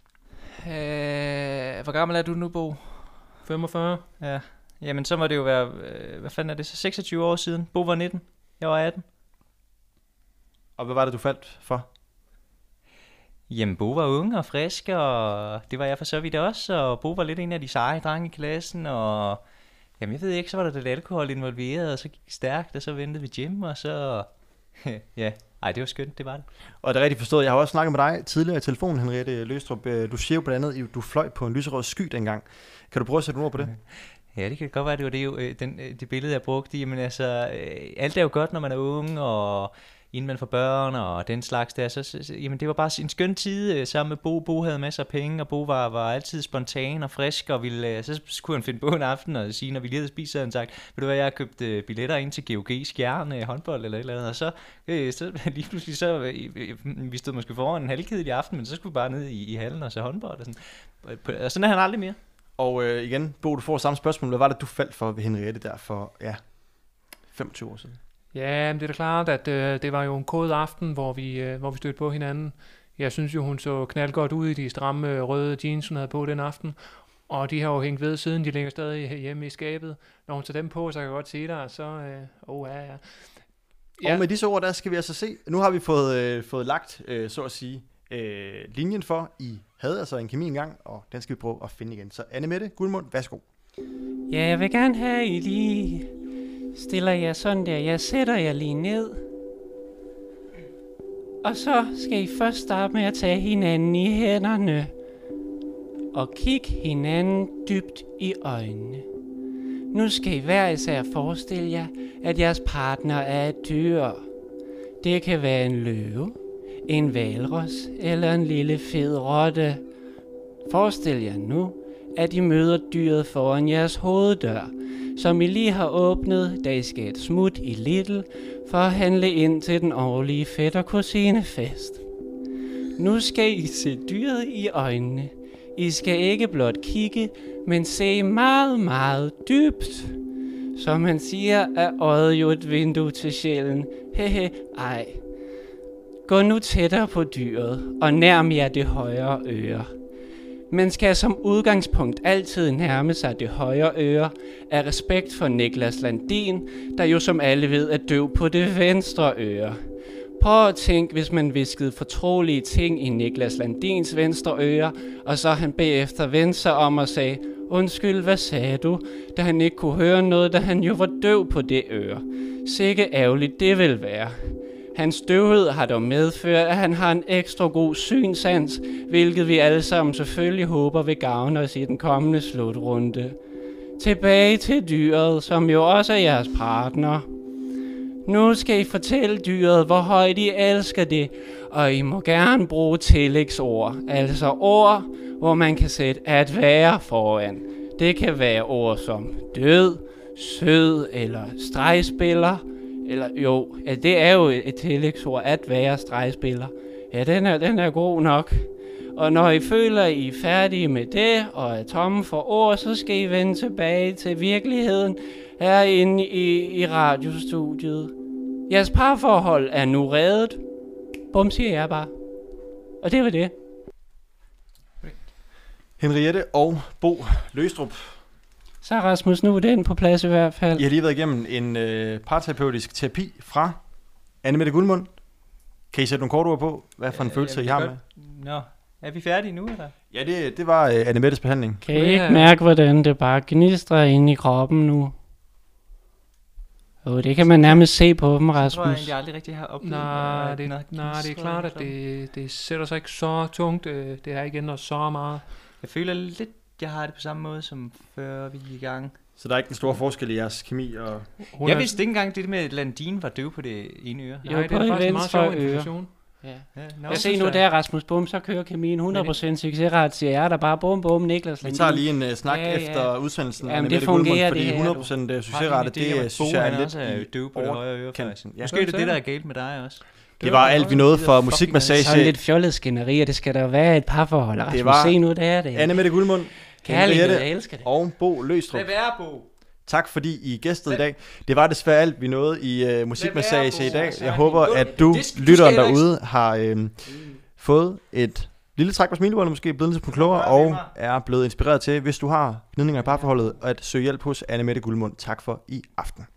Øh, hvor gammel er du nu, Bo? femogfyrre. Ja. Jamen, så må det jo være, øh, hvad fanden er det, så seksogtyve år siden. Bo var nitten, jeg var atten. Og hvad var det, du faldt for? Jamen, Bo var ung og frisk, og det var jeg for så vidt også, og Bo var lidt en af de seje drenge i klassen, og jamen, jeg ved ikke, så var der lidt alkohol involveret, og så gik det stærkt, og så ventede vi gym, og så, ja, ej, det var skønt, det var det. Og det er rigtigt forstået, jeg har også snakket med dig tidligere i telefonen, Henriette Løgstrup. Du siger jo blandt andet, at du fløj på en lyserød sky dengang. Kan du prøve at sætte nogle ord på det? Ja, det kan godt være, det var det, jo, den, det billede, jeg brugte. Jamen altså, alt er jo godt, når man er ung, og inden man får børn, og den slags der. Så, så, jamen, det var bare en skøn tid sammen med Bo. Bo havde masser af penge, og Bo var, var altid spontan og frisk, og ville, så skulle han finde på en aften og sige, når vi lige havde spist, så havde han sagt, ved du hvad, jeg har købt uh, billetter ind til G O G Skjern, håndbold eller et eller andet, og så, øh, så lige pludselig, så, øh, vi stod måske foran en halvkedelig aften, men så skulle vi bare ned i, i hallen og se håndbold, og sådan. Og sådan er han aldrig mere. Og øh, igen, Bo, du får samme spørgsmål. Hvad var det, du faldt for ved Henriette der for, ja, femogtyve år siden? Ja, men det er da klart, at øh, det var jo en kode aften, hvor vi, øh, hvor vi stødte på hinanden. Jeg synes jo, hun så knaldgodt ud i de stramme øh, røde jeans, hun havde på den aften. Og de har jo hængt ved siden, de ligger stadig hjemme i skabet. Når hun tager dem på, så kan jeg godt se dig, så... Øh, oh, ja, ja. Ja. Og med disse ord, der skal vi altså se. Nu har vi fået, øh, fået lagt, øh, så at sige, øh, linjen for, I havde altså en kemi engang, og den skal vi prøve at finde igen. Så Annemette Guldmund, værsgo. Ja, jeg vil gerne have, at I lige stiller jer sådan der. Jeg sætter jer lige ned. Og så skal I først starte med at tage hinanden i hænderne. Og kigge hinanden dybt i øjnene. Nu skal I hver især forestille jer, at jeres partner er et dyr. Det kan være en løve, en hvalros eller en lille fed rotte. Forestil jer nu, at I møder dyret foran jeres hoveddør, som I lige har åbnet, da I skal et smut i Lidl for at handle ind til den årlige fætter-kusinefest. Nu skal I se dyret i øjnene. I skal ikke blot kigge, men se meget, meget dybt. Som man siger, er øjet jo et vindue til sjælen. Hehe, ej. Gå nu tættere på dyret og nærm jer det højre øre. Man skal som udgangspunkt altid nærme sig det højre øre af respekt for Niklas Landin, der jo som alle ved er døv på det venstre øre. Prøv at tænke, hvis man viskede fortrolige ting i Niklas Landins venstre øre, og så han bagefter vendte sig om og sagde, undskyld, hvad sagde du, da han ikke kunne høre noget, da han jo var døv på det øre. Sikke ærgerligt det vil være. Hans døvhed har dog medført, at han har en ekstra god synsans, hvilket vi alle sammen selvfølgelig håber vil gavne os i den kommende slutrunde. Tilbage til dyret, som jo også er jeres partner. Nu skal I fortælle dyret, hvor højt I elsker det, og I må gerne bruge tillægsord, altså ord, hvor man kan sætte at være foran. Det kan være ord som død, sød eller stregspiller, eller jo, ja, det er jo et tillægsord, at være stregspiller. Ja, den er, den er god nok. Og når I føler, at I er færdige med det, og er tomme for ord, så skal I vende tilbage til virkeligheden herinde i, i radiostudiet. Jeres parforhold er nu reddet. Bum, siger jeg bare. Og det var det. Henriette og Bo Løgstrup. Så Rasmus, nu er den på plads i hvert fald. I har lige været igennem en øh, parterapeutisk terapi fra Annemette Guldmund. Kan I sætte nogle korte ord på, hvad for en ja, følelse I har med? Nå, er vi færdige nu, eller? Ja, det, det var øh, Annemettes behandling. Kan I ikke mærke, hvordan det bare gnistrer inde i kroppen nu? Åh, det kan man nærmest se på dem, Jeg tror jeg Rasmus. egentlig aldrig rigtig har oplevet. Nej, at det, noget nej, det er gnistrer klart, at sådan. det, det sætter sig ikke så tungt. øh, Det har ikke ændret så meget. Jeg føler lidt, jeg har det på samme måde, som før vi gik i gang. Så der er ikke en stor forskel i jeres kemi og... Hun Jeg er- vidste ikke engang det med, at Landine var døv på det ene øre. Nej, det er faktisk en meget sjov information. Ja. Ja, no, Jeg ser nu der, Rasmus, bum, så kører kemien hundrede procent succesret, siger jeg, der bare bum, bum, Niklas Vi tager lige en uh, snak Ja, ja. efter udsendelsen. Jamen, med det Mette Guldmund, fungerer, fordi det her, hundrede procent Har succesrate, du en idé om, det at synes Bo, jeg han er lidt også er i døv på det højre øre, kanten. faktisk? Ja. Måske er det det, der er galt med dig også. Det var alt, vi nåede for musikmassage. Sådan lidt fjollet skænderi, og det skal der være et parforhold. Rasmus, Det var se nu, det er det. Anne Mette Guldmund, Kærlighed, Henriette jeg elsker det. og Bo Løgstrup. Lad være, Bo. Tak fordi I gæstede i dag. Det var desværre alt, vi nåede i uh, musikmassage Bo. i dag. Så Jeg er håber, det- at du, Det skal- du lytteren skal ikke- derude, har øh, fået et lille træk på smilebåndet, måske blevet lidt på klogere, Rør ved og mig. er blevet inspireret til, hvis du har gnidninger i parforholdet, at søge hjælp hos Anne Mette Guldmund. Tak for i aften.